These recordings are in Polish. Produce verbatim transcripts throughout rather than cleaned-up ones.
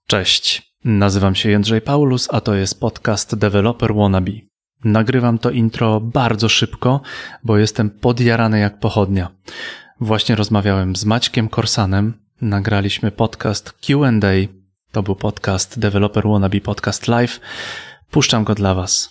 Cześć, nazywam się Jędrzej Paulus, a to jest podcast Developer Wannabe. Nagrywam to intro bardzo szybko, bo jestem podjarany jak pochodnia. Właśnie rozmawiałem z Maćkiem Korsanem, nagraliśmy podcast Q and A, to był podcast Developer Wannabe Podcast Live. Puszczam go dla Was.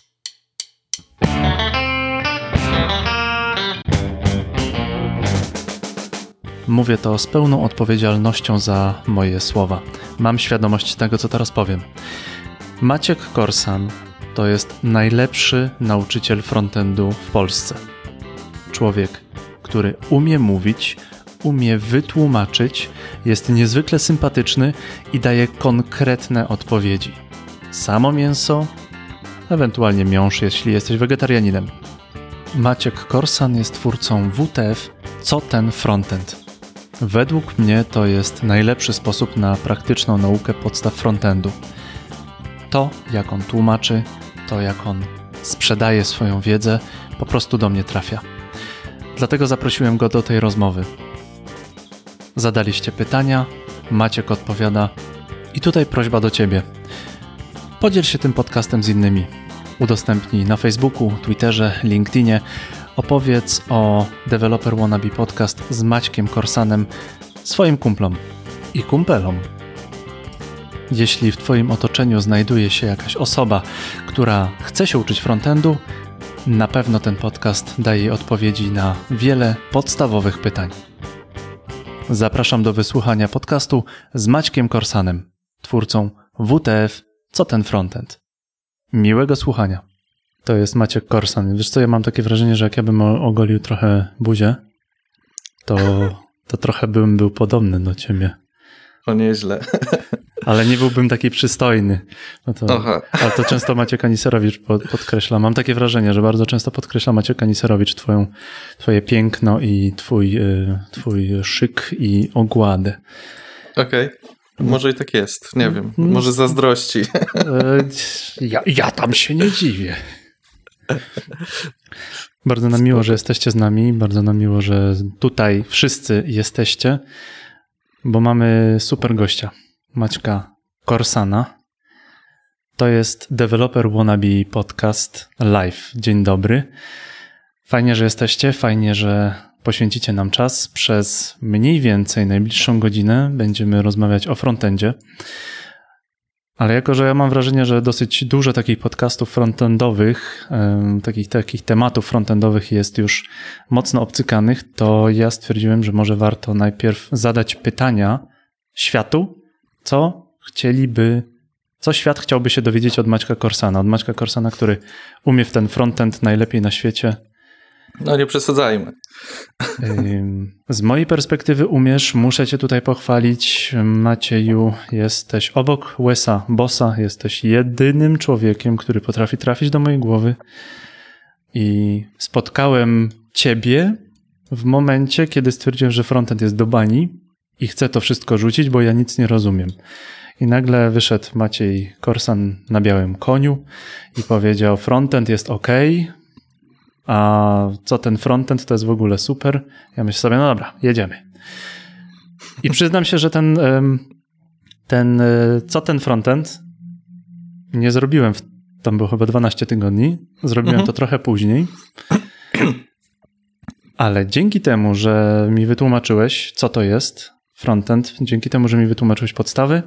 Mówię to z pełną odpowiedzialnością za moje słowa. Mam świadomość tego, co teraz powiem. Maciek Korsan to jest najlepszy nauczyciel frontendu w Polsce. Człowiek, który umie mówić, umie wytłumaczyć, jest niezwykle sympatyczny i daje konkretne odpowiedzi. Samo mięso, ewentualnie miąższ, jeśli jesteś wegetarianinem. Maciek Korsan jest twórcą W T F Co ten frontend? Według mnie to jest najlepszy sposób na praktyczną naukę podstaw frontendu. To, jak on tłumaczy, to, jak on sprzedaje swoją wiedzę, po prostu do mnie trafia. Dlatego zaprosiłem go do tej rozmowy. Zadaliście pytania, Maciek odpowiada i tutaj prośba do Ciebie. Podziel się tym podcastem z innymi. Udostępnij na Facebooku, Twitterze, LinkedInie. Opowiedz o Developer Wannabe Podcast z Maćkiem Korsanem swoim kumplom i kumpelom. Jeśli w Twoim otoczeniu znajduje się jakaś osoba, która chce się uczyć frontendu, na pewno ten podcast daje odpowiedzi na wiele podstawowych pytań. Zapraszam do wysłuchania podcastu z Maćkiem Korsanem, twórcą W T F Co ten frontend? Miłego słuchania. To jest Maciek Korsan. Wiesz co, ja mam takie wrażenie, że jak ja bym ogolił trochę buzię, to, to trochę bym był podobny do ciebie. O, nieźle. Ale nie byłbym taki przystojny. No to, ale to często Maciek Aniserowicz podkreśla. Mam takie wrażenie, że bardzo często podkreśla Maciek Aniserowicz twoją, twoje piękno i twój, twój szyk i ogładę. Okej. Okay. Może i tak jest. Nie wiem. Może zazdrości. Ja, ja tam się nie dziwię. Bardzo nam miło, że jesteście z nami. Bardzo nam miło, że tutaj wszyscy jesteście, bo mamy super gościa. Maćka Korsana. To jest Developer Wannabe Podcast Live. Dzień dobry. Fajnie, że jesteście. Fajnie, że poświęcicie nam czas. Przez mniej więcej najbliższą godzinę będziemy rozmawiać o frontendzie. Ale jako, że ja mam wrażenie, że dosyć dużo takich podcastów frontendowych, um, takich, takich tematów frontendowych jest już mocno obcykanych, to ja stwierdziłem, że może warto najpierw zadać pytania światu, co chcieliby, co świat chciałby się dowiedzieć od Maćka Korsana. Od Maćka Korsana, który umie w ten frontend najlepiej na świecie. No nie przesadzajmy. Z mojej perspektywy umiesz, muszę cię tutaj pochwalić. Macieju, jesteś obok Wesa Bossa, jesteś jedynym człowiekiem, który potrafi trafić do mojej głowy i spotkałem ciebie w momencie, kiedy stwierdziłem, że frontend jest do bani i chcę to wszystko rzucić, bo ja nic nie rozumiem. I nagle wyszedł Maciej Korsan na białym koniu i powiedział, frontend jest ok, a co ten frontend, to jest w ogóle super. Ja myślę sobie, no dobra, jedziemy. I przyznam się, że ten, ten co ten frontend nie zrobiłem, w, tam było chyba dwanaście tygodni, zrobiłem mhm. to trochę później, ale dzięki temu, że mi wytłumaczyłeś, co to jest frontend, dzięki temu, że mi wytłumaczyłeś podstawy,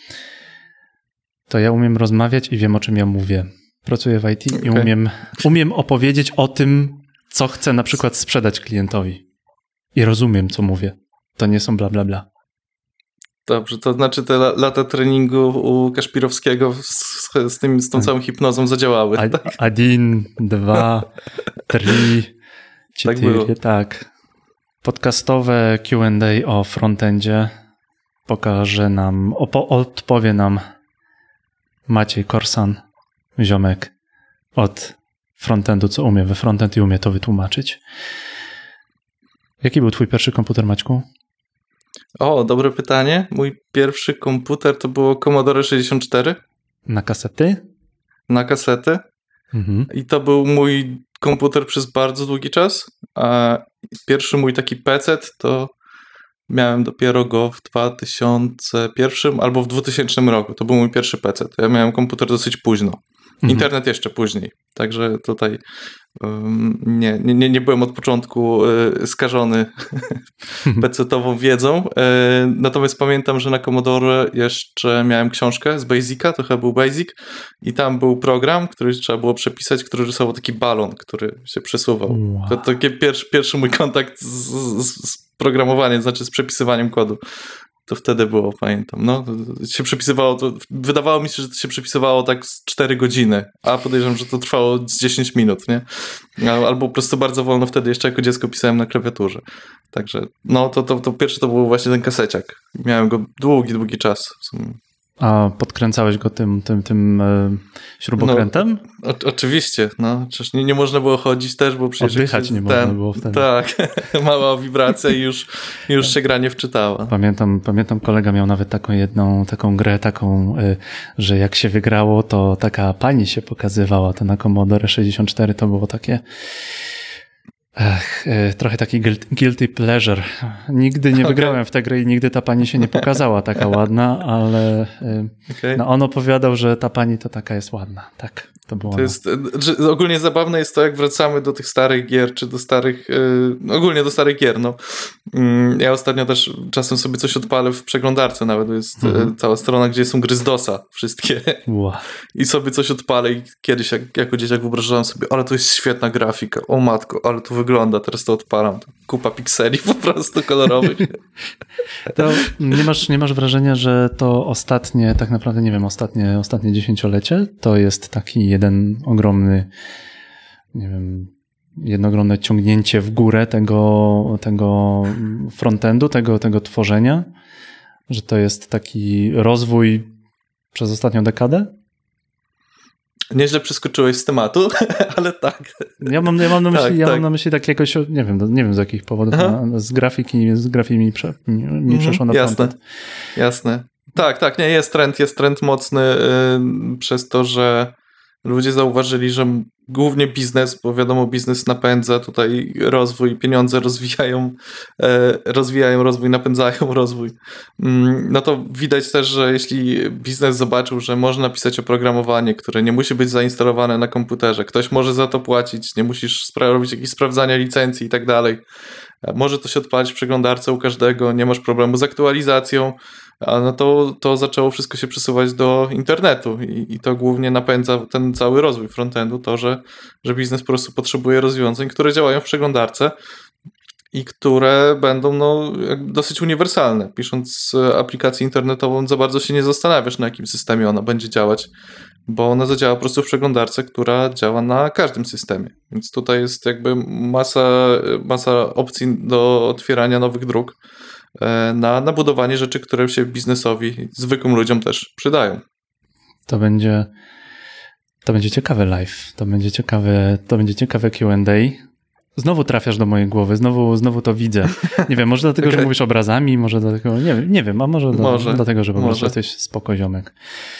to ja umiem rozmawiać i wiem, o czym ja mówię. Pracuję w I T okay. i umiem, umiem opowiedzieć o tym, co chcę na przykład sprzedać klientowi. I rozumiem, co mówię. To nie są bla, bla, bla. Dobrze, to znaczy te lata treningu u Kaszpirowskiego z, z, tym, z tą całą hipnozą zadziałały. A, tak? Adin, dwa, trzy, cztery, tak, tak. Podcastowe Q and A o frontendzie pokaże nam, opo- odpowie nam Maciej Korsan, ziomek od frontendu, co umie we frontend i umie to wytłumaczyć. Jaki był twój pierwszy komputer, Maćku? O, dobre pytanie. Mój pierwszy komputer to było Commodore sześćdziesiąt cztery. Na kasety? Na kasety. Mhm. I to był mój komputer przez bardzo długi czas. A pierwszy mój taki P C to miałem dopiero go w dwa tysiące pierwszym albo w dwutysięcznym roku. To był mój pierwszy P C. Ja miałem komputer dosyć późno. Mhm. Internet jeszcze później. Także tutaj um, nie, nie, nie byłem od początku y, skażony pecetową wiedzą. Y, natomiast pamiętam, że na Commodore jeszcze miałem książkę z Basica, to chyba był Basic, i tam był program, który trzeba było przepisać, który rysował taki balon, który się przesuwał. Wow. To taki pierwszy, pierwszy mój kontakt z, z, z programowaniem, znaczy z przepisywaniem kodu. To wtedy było, pamiętam. No, to się przepisywało, to wydawało mi się, że to się przepisywało tak z cztery godziny, a podejrzewam, że to trwało z dziesięć minut, nie? Albo po prostu bardzo wolno wtedy, jeszcze jako dziecko pisałem na klawiaturze. Także, no, to, to, to pierwszy to był właśnie ten kaseciak. Miałem go długi, długi czas w sumie. A podkręcałeś go tym, tym, tym e, śrubokrętem? No, o, oczywiście, no. Przecież nie, nie można było chodzić też, bo przecież... Oddychać nie ten, można było wtedy. Tak, mała wibracja i już, już się gra nie wczytała. Pamiętam, pamiętam, kolega miał nawet taką jedną, taką grę, taką, y, że jak się wygrało, to taka pani się pokazywała, to na Commodore sześćdziesiąt cztery to było takie... Ech, trochę taki guilty pleasure. Nigdy nie wygrałem okay. w tę grę i nigdy ta pani się nie pokazała taka ładna, ale okay. no on opowiadał, że ta pani to taka jest ładna. Tak, to było. To jest, że ogólnie zabawne jest to, jak wracamy do tych starych gier, czy do starych, yy, ogólnie do starych gier. No. Yy, ja ostatnio też czasem sobie coś odpalę w przeglądarce, nawet jest mhm. yy, cała strona, gdzie są gry z DOSa, wszystkie. Wow. I sobie coś odpalę i kiedyś jak, jako dzieciak wyobrażałem sobie, ale to jest świetna grafika, o matko, ale to wygląda, teraz to odpalam. Kupa pikseli po prostu kolorowych. To nie masz, nie masz wrażenia, że to ostatnie, tak naprawdę nie wiem, ostatnie, ostatnie dziesięciolecie to jest taki jeden ogromny, nie wiem, jedno ogromne ciągnięcie w górę tego, tego frontendu, tego, tego tworzenia, że to jest taki rozwój przez ostatnią dekadę? Nieźle przeskoczyłeś z tematu, ale tak. Ja mam, ja mam na myśli, tak, ja tak. mam na myśli tak jakoś, nie wiem, nie wiem z jakich powodów, na, z grafiki, z grafiki mi, prze, mi, mi przeszło na Jasne, frontend. jasne. Tak, tak, nie, jest trend, jest trend mocny yy, przez to, że ludzie zauważyli, że głównie biznes, bo wiadomo, biznes napędza tutaj rozwój, pieniądze rozwijają, e, rozwijają rozwój, napędzają rozwój. Mm, no to widać też, że jeśli biznes zobaczył, że można pisać oprogramowanie, które nie musi być zainstalowane na komputerze, ktoś może za to płacić, nie musisz spra- robić jakichś sprawdzania licencji i tak dalej, może to się odpalić w przeglądarce u każdego, nie masz problemu z aktualizacją, a no to, to zaczęło wszystko się przesuwać do internetu i, i to głównie napędza ten cały rozwój frontendu, to, że, że biznes po prostu potrzebuje rozwiązań, które działają w przeglądarce i które będą no, dosyć uniwersalne. Pisząc aplikację internetową za bardzo się nie zastanawiasz, na jakim systemie ona będzie działać, bo ona zadziała po prostu w przeglądarce, która działa na każdym systemie. Więc tutaj jest jakby masa, masa opcji do otwierania nowych dróg na, na budowanie rzeczy, które się biznesowi, zwykłym ludziom też przydają. To będzie to będzie ciekawy live, to będzie ciekawe, to będzie ciekawe Q and A. Znowu trafiasz do mojej głowy, znowu, znowu to widzę. Nie wiem, może dlatego, okay. że mówisz obrazami, może dlatego, nie wiem, nie wiem, a może, może do, dlatego, że po prostu jesteś spoko ziomek.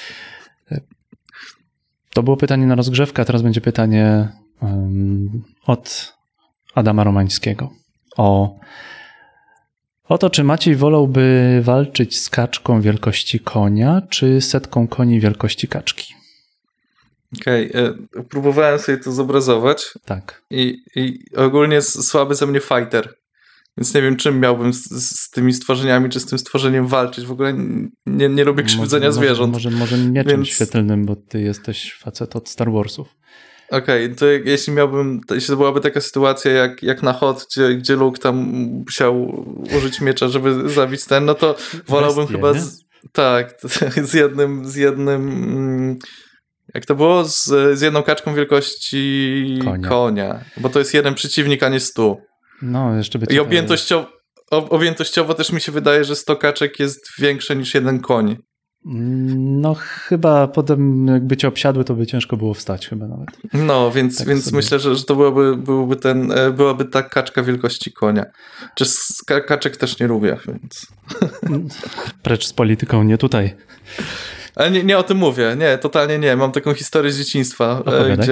To było pytanie na rozgrzewkę, a teraz będzie pytanie um, od Adama Romańskiego o O to, czy Maciej wolałby walczyć z kaczką wielkości konia, czy setką koni wielkości kaczki? Okej, okay. Próbowałem sobie to zobrazować. Tak. I, i ogólnie słaby ze mnie fighter. Więc nie wiem, czym miałbym z, z tymi stworzeniami, czy z tym stworzeniem walczyć. W ogóle nie, nie lubię krzywdzenia może, zwierząt. Może, może, może mieczem więc... świetlnym, bo ty jesteś facet od Star Warsów. Okej, okay, to jeśli miałbym, to jeśli to byłaby taka sytuacja jak, jak na Hot, gdzie, gdzie Luke tam musiał użyć miecza, żeby zabić ten, no to wolałbym Bestie, chyba z, tak, z jednym, z jednym jak to było? Z, z jedną kaczką wielkości konia. konia, bo to jest jeden przeciwnik, a nie stu. No, jeszcze by I objętościowo, objętościowo też mi się wydaje, że sto kaczek jest większe niż jeden koń. No chyba potem jakby cię obsiadły, to by ciężko było wstać chyba nawet. No, więc, tak więc myślę, że, że to byłoby, byłoby ten, byłaby ta kaczka wielkości konia. Czy kaczek też nie lubię, więc... Precz z polityką, nie tutaj. Ale nie, nie o tym mówię, nie, totalnie nie. Mam taką historię z dzieciństwa, Opowiadaj. gdzie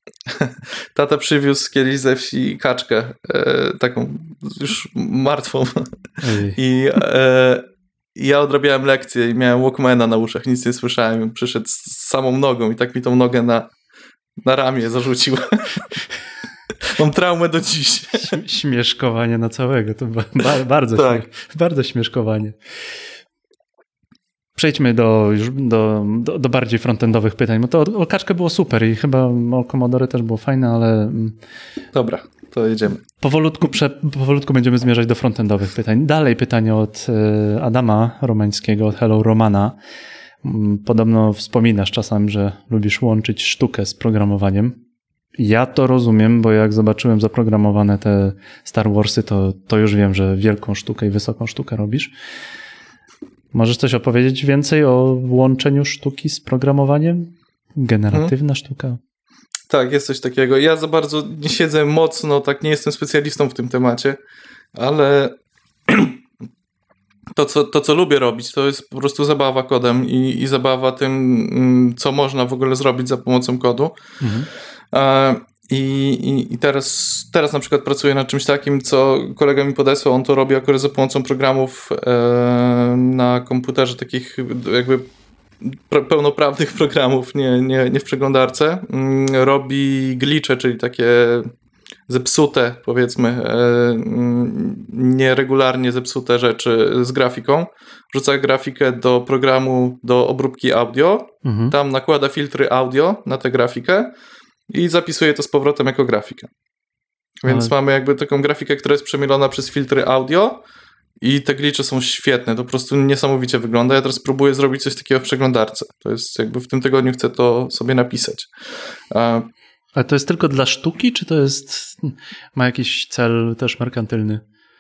tata przywiózł kiedyś ze wsi kaczkę, e, taką już martwą. Ej. I e, ja odrabiałem lekcję i miałem Walkmana na uszach, nic nie słyszałem. Przyszedł z samą nogą i tak mi tą nogę na, na ramię zarzucił. Mam traumę do dziś. Śmieszkowanie na całego, to ba- bardzo, tak. śmiesz- bardzo śmieszkowanie. Przejdźmy do, już do, do, do bardziej frontendowych pytań, bo to o, o kaczkę było super i chyba o Commodore też było fajne, ale Dobra, to jedziemy. powolutku, prze, powolutku będziemy zmierzać do frontendowych pytań. Dalej pytanie od y, Adama Romańskiego, od Hello Romana. Podobno wspominasz czasem, że lubisz łączyć sztukę z programowaniem. Ja to rozumiem, bo jak zobaczyłem zaprogramowane te Star Warsy, to, to już wiem, że wielką sztukę i wysoką sztukę robisz. Możesz coś opowiedzieć więcej o łączeniu sztuki z programowaniem? Generatywna hmm. sztuka? Tak, jest coś takiego. Ja za bardzo nie siedzę mocno, tak nie jestem specjalistą w tym temacie, ale to, co, to, co lubię robić, to jest po prostu zabawa kodem i, i zabawa tym, co można w ogóle zrobić za pomocą kodu. Mhm. I, i, i teraz, teraz na przykład pracuję nad czymś takim, co kolega mi podesłał, on to robi akurat za pomocą programów e, na komputerze, takich jakby pełnoprawnych programów, nie, nie, nie w przeglądarce. Robi glitche, czyli takie zepsute, powiedzmy, e, nieregularnie zepsute rzeczy z grafiką. Wrzuca grafikę do programu do obróbki audio, mhm. tam nakłada filtry audio na tę grafikę i zapisuje to z powrotem jako grafikę. Więc Ale... mamy jakby taką grafikę, która jest przemielona przez filtry audio i te glitche są świetne, to po prostu niesamowicie wygląda. Ja teraz próbuję zrobić coś takiego w przeglądarce. To jest jakby w tym tygodniu chcę to sobie napisać. A, A to jest tylko dla sztuki, czy to jest ma jakiś cel też merkantylny?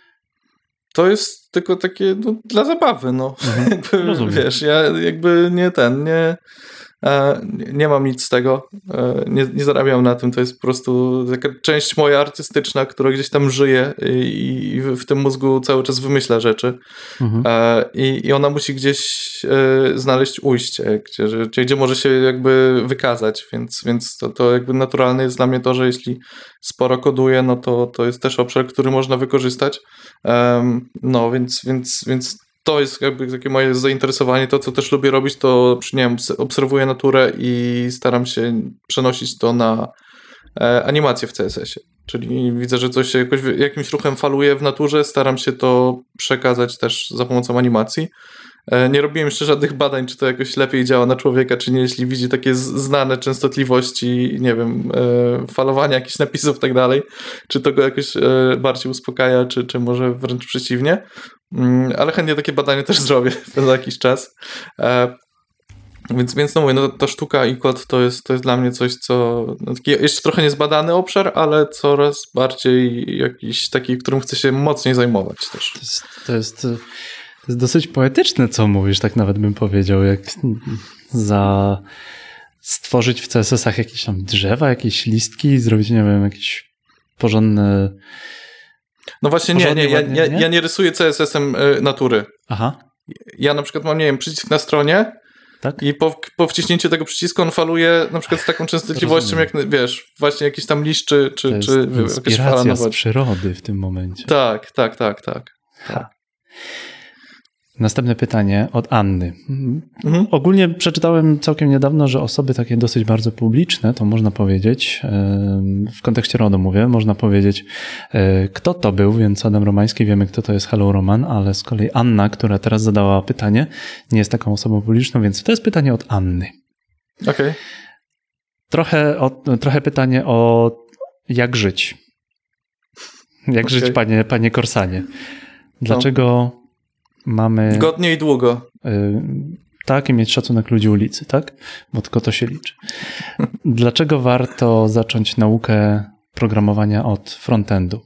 To jest tylko takie no, dla zabawy, no. Mhm. jakby, wiesz, ja jakby nie ten, nie nie mam nic z tego, nie, nie zarabiam na tym, to jest po prostu taka część moja artystyczna, która gdzieś tam żyje i, i w tym mózgu cały czas wymyśla rzeczy mhm. I, i ona musi gdzieś znaleźć ujście, gdzie, gdzie może się jakby wykazać, więc, więc to, to jakby naturalne jest dla mnie to, że jeśli sporo koduję, no to, to jest też obszar, który można wykorzystać, no więc, więc, więc to jest jakby takie moje zainteresowanie. To, co też lubię robić, to nie wiem, obserwuję naturę i staram się przenosić to na e, animację w C S S ie. Czyli widzę, że coś się jakoś, jakimś ruchem faluje w naturze, staram się to przekazać też za pomocą animacji. E, nie robiłem jeszcze żadnych badań, czy to jakoś lepiej działa na człowieka, czy nie, jeśli widzi takie z, znane częstotliwości, nie wiem, e, falowania jakichś napisów i tak dalej, czy to go jakoś e, bardziej uspokaja, czy, czy może wręcz przeciwnie. Ale chętnie takie badanie też zrobię za jakiś czas. E, więc, więc no mówię, no ta sztuka i kod to jest, to jest dla mnie coś, co no taki jeszcze trochę niezbadany obszar, ale coraz bardziej jakiś taki, którym chcę się mocniej zajmować też. To jest, to jest, to jest dosyć poetyczne, co mówisz, tak nawet bym powiedział, jak za stworzyć w C S S-ach jakieś tam drzewa, jakieś listki, zrobić, nie wiem, jakieś porządne... No właśnie nie, nie, ja, ja, ja nie rysuję C S S-em y, natury. Aha. Ja na przykład mam, nie wiem, przycisk na stronie tak? I po, po wciśnięciu tego przycisku on faluje na przykład z taką częstotliwością, jak wiesz, właśnie jakiś tam liść, czy, czy, to jest czy inspiracja z przyrody w tym momencie. Tak, tak, tak, tak. tak. Następne pytanie od Anny. Mhm. Ogólnie przeczytałem całkiem niedawno, że osoby takie dosyć bardzo publiczne, to można powiedzieć, w kontekście RODO mówię, można powiedzieć, kto to był, więc Adam Romański, wiemy, kto to jest Hello Roman, ale z kolei Anna, która teraz zadała pytanie, nie jest taką osobą publiczną, więc to jest pytanie od Anny. Okej. Okay. Trochę, o, trochę pytanie o jak żyć. Jak okay. żyć, panie, panie Korsanie. Dlaczego... No. Mamy... Godnie i długo. Y, tak, i mieć szacunek ludzi ulicy, tak? Bo tylko to się liczy. Dlaczego warto zacząć naukę programowania od frontendu?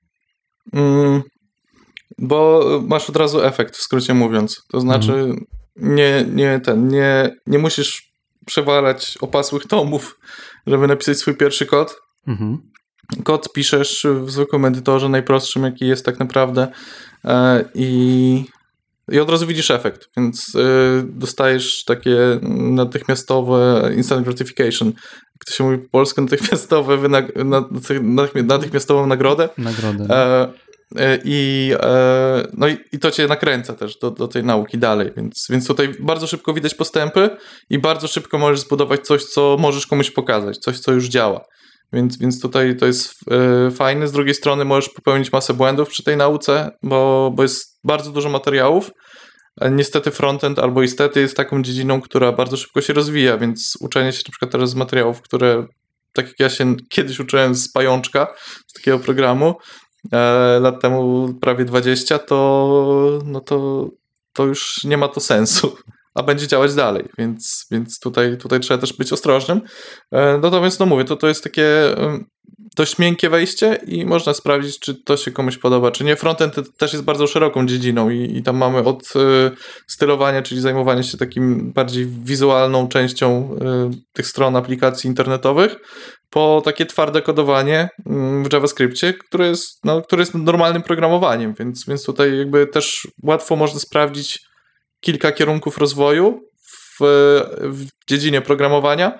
Mm, bo masz od razu efekt, w skrócie mówiąc. To znaczy mm. nie, nie, ten, nie, nie musisz przewalać opasłych tomów, żeby napisać swój pierwszy kod. Mm-hmm. Kod piszesz w zwykłym edytorze, najprostszym, jaki jest tak naprawdę, i i od razu widzisz efekt, więc y, dostajesz takie natychmiastowe instant gratification, jak to się mówi po polsku, natychmiastowe wynag- natych- natychmiastową nagrodę. Nagrodę. E, I, e, no i, i to cię nakręca też do, do tej nauki dalej, więc, więc tutaj bardzo szybko widać postępy i bardzo szybko możesz zbudować coś, co możesz komuś pokazać, coś, co już działa. Więc, więc tutaj to jest e, fajne. Z drugiej strony możesz popełnić masę błędów przy tej nauce, bo, bo jest bardzo dużo materiałów. Niestety frontend albo istety jest taką dziedziną, która bardzo szybko się rozwija, więc uczenie się na przykład teraz z materiałów, które tak jak ja się kiedyś uczyłem z pajączka, z takiego programu, e, lat temu prawie dwadzieścia, to, no to, to już nie ma to sensu, a będzie działać dalej, więc, więc tutaj, tutaj trzeba też być ostrożnym. E, natomiast no mówię, to, to jest takie e, dość miękkie wejście i można sprawdzić, czy to się komuś podoba, czy nie. Frontend też jest bardzo szeroką dziedziną i, i tam mamy od e, stylowania, czyli zajmowania się takim bardziej wizualną częścią e, tych stron aplikacji internetowych, po takie twarde kodowanie w JavaScriptie, które jest, no, które jest normalnym programowaniem, więc, więc tutaj jakby też łatwo można sprawdzić kilka kierunków rozwoju w, w dziedzinie programowania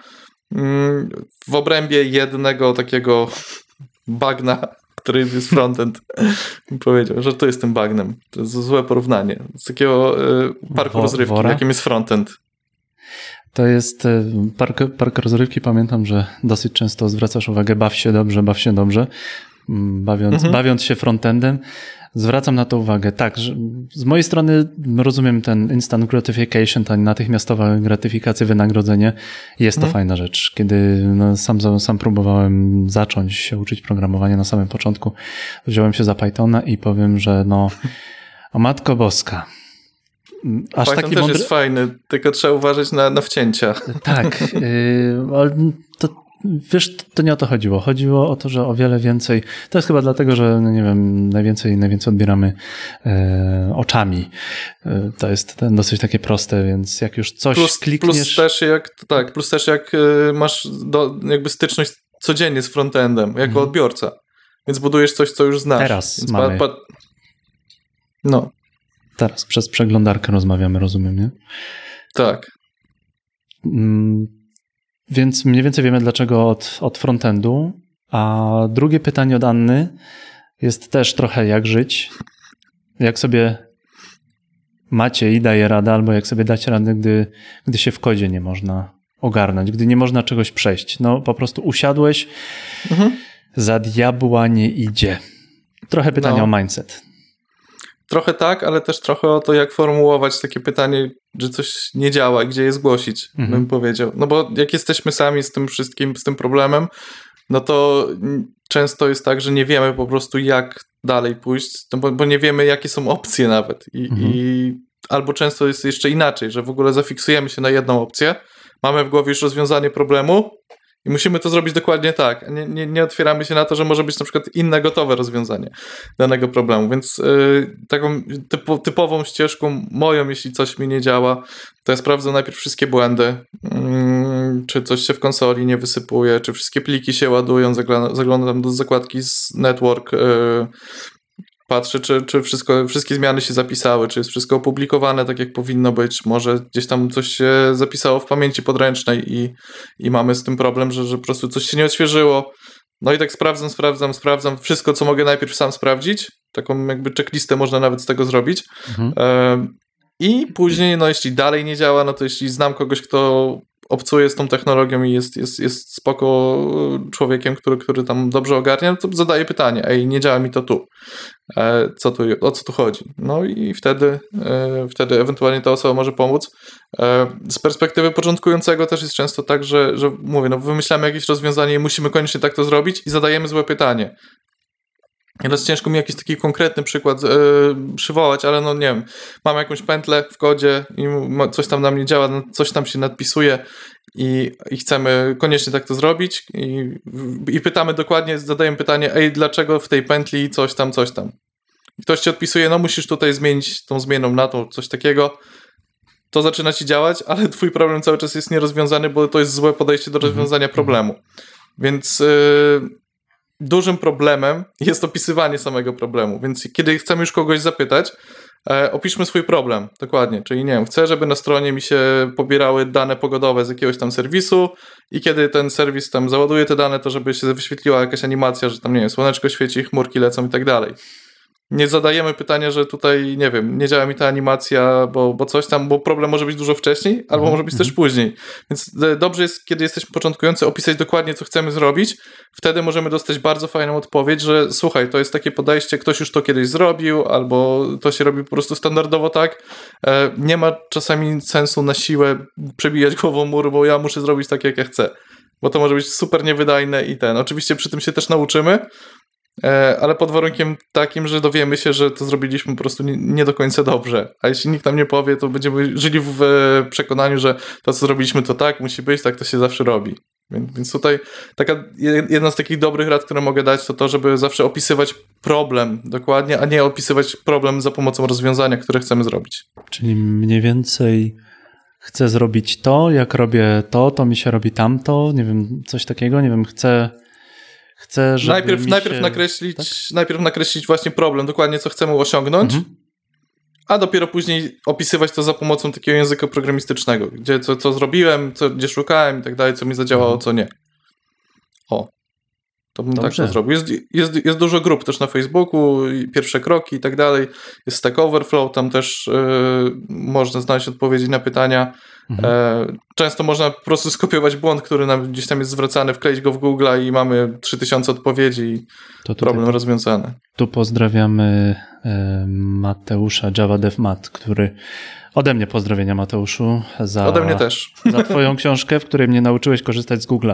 w obrębie jednego takiego bagna, który jest frontend. Powiedział, że to jest tym bagnem. To jest złe porównanie. Z takiego parku Wo- rozrywki, wora? Jakim jest frontend. To jest park, park rozrywki. Pamiętam, że dosyć często zwracasz uwagę, baw się dobrze, baw się dobrze, bawiąc, mhm. bawiąc się frontendem. Zwracam na to uwagę. Tak, że z mojej strony rozumiem ten instant gratification, ta natychmiastowa gratyfikacja, wynagrodzenie. Jest to mhm. fajna rzecz. Kiedy no, sam, sam próbowałem zacząć się uczyć programowania na samym początku, wziąłem się za Pythona i powiem, że no, o matko boska. Aż Python taki też mądry... jest fajny, tylko trzeba uważać na, na wcięcia. Tak, yy, ale to wiesz, to nie o to chodziło. Chodziło o to, że o wiele więcej, to jest chyba dlatego, że no nie wiem, najwięcej, najwięcej odbieramy e, oczami. E, to jest ten dosyć takie proste, więc jak już coś plus, klikniesz... Plus też jak, tak, plus też jak masz do, jakby styczność codziennie z frontendem, jako mhm. odbiorca, więc budujesz coś, co już znasz. Teraz więc mamy... Pa, pa... No. Teraz przez przeglądarkę rozmawiamy, rozumiem, nie? Tak. Mm, więc mniej więcej wiemy, dlaczego od, od frontendu. A drugie pytanie od Anny jest też trochę jak żyć. Jak sobie macie i daje radę, albo jak sobie dacie radę, gdy, gdy się w kodzie nie można ogarnąć, gdy nie można czegoś przejść. No po prostu usiadłeś, mhm. za diabła nie idzie. Trochę pytania no. o mindset. Trochę tak, ale też trochę o to, jak formułować takie pytanie, że coś nie działa i gdzie je zgłosić, mhm. bym powiedział. No bo jak jesteśmy sami z tym wszystkim, z tym problemem, no to często jest tak, że nie wiemy po prostu, jak dalej pójść, no bo, bo nie wiemy, jakie są opcje nawet. I, mhm. i albo często jest jeszcze inaczej, że w ogóle zafiksujemy się na jedną opcję, mamy w głowie już rozwiązanie problemu i musimy to zrobić dokładnie tak. Nie, nie, nie otwieramy się na to, że może być na przykład inne gotowe rozwiązanie danego problemu. Więc yy, taką typu, typową ścieżką moją, jeśli coś mi nie działa, to ja sprawdzę najpierw wszystkie błędy, yy, czy coś się w konsoli nie wysypuje, czy wszystkie pliki się ładują, zaglądam, zaglądam do zakładki z network, yy, patrzę, czy, czy wszystko, wszystkie zmiany się zapisały, czy jest wszystko opublikowane tak, jak powinno być. Może gdzieś tam coś się zapisało w pamięci podręcznej i, i mamy z tym problem, że, że po prostu coś się nie odświeżyło. No i tak sprawdzam, sprawdzam, sprawdzam wszystko, co mogę najpierw sam sprawdzić. Taką jakby checklistę można nawet z tego zrobić. Mhm. E, I później, no jeśli dalej nie działa, no to jeśli znam kogoś, kto obcuje z tą technologią i jest, jest, jest spoko człowiekiem, który, który tam dobrze ogarnia, to zadaje pytanie, ej, nie działa mi to tu. E, co tu o co tu chodzi? No i wtedy, e, wtedy ewentualnie ta osoba może pomóc. E, z perspektywy początkującego też jest często tak, że, że mówię, no wymyślamy jakieś rozwiązanie i musimy koniecznie tak to zrobić i zadajemy złe pytanie. Teraz ciężko mi jakiś taki konkretny przykład yy, przywołać, ale no nie wiem, mam jakąś pętlę w kodzie i coś tam nam nie działa, coś tam się nadpisuje i, i chcemy koniecznie tak to zrobić i, i pytamy dokładnie, zadajemy pytanie, ej, dlaczego w tej pętli coś tam, coś tam. I ktoś ci odpisuje, no musisz tutaj zmienić tą zmienną na to, coś takiego. To zaczyna ci działać, ale twój problem cały czas jest nierozwiązany, bo to jest złe podejście do rozwiązania problemu. Więc... Yy, dużym problemem jest opisywanie samego problemu, więc kiedy chcemy już kogoś zapytać, E, opiszmy swój problem, dokładnie, czyli nie wiem, chcę, żeby na stronie mi się pobierały dane pogodowe z jakiegoś tam serwisu i kiedy ten serwis tam załaduje te dane, to żeby się wyświetliła jakaś animacja, że tam, nie wiem, słoneczko świeci, chmurki lecą i tak dalej. Nie zadajemy pytania, że tutaj, nie wiem, nie działa mi ta animacja, bo, bo coś tam, bo problem może być dużo wcześniej, albo może być też później. Więc dobrze jest, kiedy jesteśmy początkujący, opisać dokładnie, co chcemy zrobić. Wtedy możemy dostać bardzo fajną odpowiedź, że słuchaj, to jest takie podejście, ktoś już to kiedyś zrobił, albo to się robi po prostu standardowo tak. Nie ma czasami sensu na siłę przebijać głową mur, bo ja muszę zrobić tak, jak ja chcę. Bo to może być super niewydajne i ten. Oczywiście przy tym się też nauczymy, ale pod warunkiem takim, że dowiemy się, że to zrobiliśmy po prostu nie do końca dobrze. A jeśli nikt nam nie powie, to będziemy żyli w przekonaniu, że to, co zrobiliśmy, to tak musi być, tak to się zawsze robi. Więc, więc tutaj taka jedna z takich dobrych rad, które mogę dać, to to, żeby zawsze opisywać problem dokładnie, a nie opisywać problem za pomocą rozwiązania, które chcemy zrobić. Czyli mniej więcej chcę zrobić to, jak robię to, to mi się robi tamto, nie wiem, coś takiego, nie wiem, chcę Chcę, żeby najpierw, mi najpierw, się... nakreślić, tak? najpierw nakreślić właśnie problem, dokładnie co chcemy osiągnąć, mhm. a dopiero później opisywać to za pomocą takiego języka programistycznego, gdzie co, co zrobiłem, co, gdzie szukałem i tak dalej, co mi zadziałało, mhm. co nie. O, to bym Dobrze. tak to zrobił. Jest, jest, jest dużo grup też na Facebooku, pierwsze kroki i tak dalej. Jest Stack Overflow, tam też yy, można znaleźć odpowiedzi na pytania. Mhm. E, często można po prostu skopiować błąd, który nam gdzieś tam jest zwracany, wkleić go w Google i mamy trzy tysiące odpowiedzi i to problem tu, rozwiązany. Tu pozdrawiamy e, Mateusza, Java Dev Mat, który ode mnie pozdrowienia, Mateuszu, za, ode mnie też. za twoją książkę, w której mnie nauczyłeś korzystać z Google'a.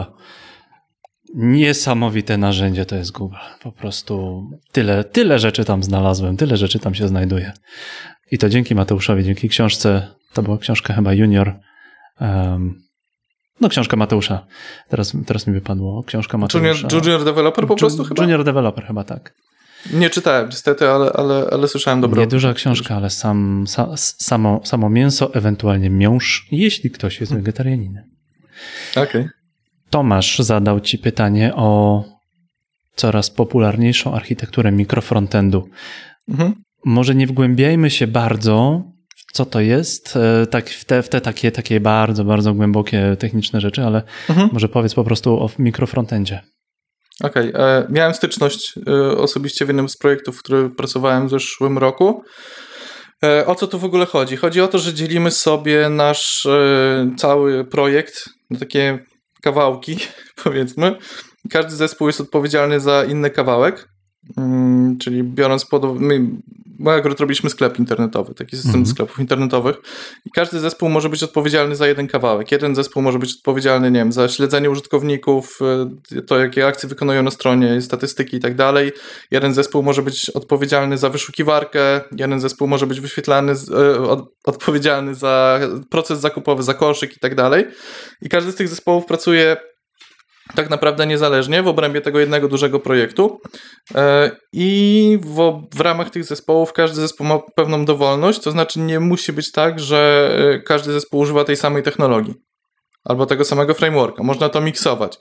Niesamowite narzędzie to jest Google. Po prostu tyle, tyle rzeczy tam znalazłem, tyle rzeczy tam się znajduje. I to dzięki Mateuszowi, dzięki książce, to była książka chyba Junior, um, no książka Mateusza, teraz, teraz mi wypadło, książka Mateusza. Junior, junior Developer po prostu chyba? Junior Developer chyba, tak. Nie czytałem niestety, ale, ale, ale słyszałem dobre. Nieduża książka, ale sam, sa, samo, samo mięso, ewentualnie miąższ, jeśli ktoś jest wegetarianinem. Okej. Okay. Tomasz zadał ci pytanie o coraz popularniejszą architekturę mikrofrontendu. Mhm. Może nie wgłębiajmy się bardzo, co to jest, tak w te, w te takie, takie bardzo, bardzo głębokie techniczne rzeczy, ale mhm. może powiedz po prostu o mikrofrontendzie. Okej, okay. Miałem styczność e, osobiście w jednym z projektów, w którym pracowałem w zeszłym roku. E, o co tu w ogóle chodzi? Chodzi o to, że dzielimy sobie nasz e, cały projekt na takie kawałki, powiedzmy. Każdy zespół jest odpowiedzialny za inny kawałek, hmm, czyli biorąc pod uwagę, my akurat robiliśmy sklep internetowy, taki system mm. sklepów internetowych i każdy zespół może być odpowiedzialny za jeden kawałek. Jeden zespół może być odpowiedzialny, nie wiem, za śledzenie użytkowników, to jakie akcje wykonują na stronie, statystyki i tak dalej. Jeden zespół może być odpowiedzialny za wyszukiwarkę, jeden zespół może być wyświetlany, od, odpowiedzialny za proces zakupowy, za koszyk i tak dalej. I każdy z tych zespołów pracuje tak naprawdę niezależnie w obrębie tego jednego dużego projektu i w, w ramach tych zespołów każdy zespół ma pewną dowolność, to znaczy nie musi być tak, że każdy zespół używa tej samej technologii albo tego samego frameworka. Można to miksować.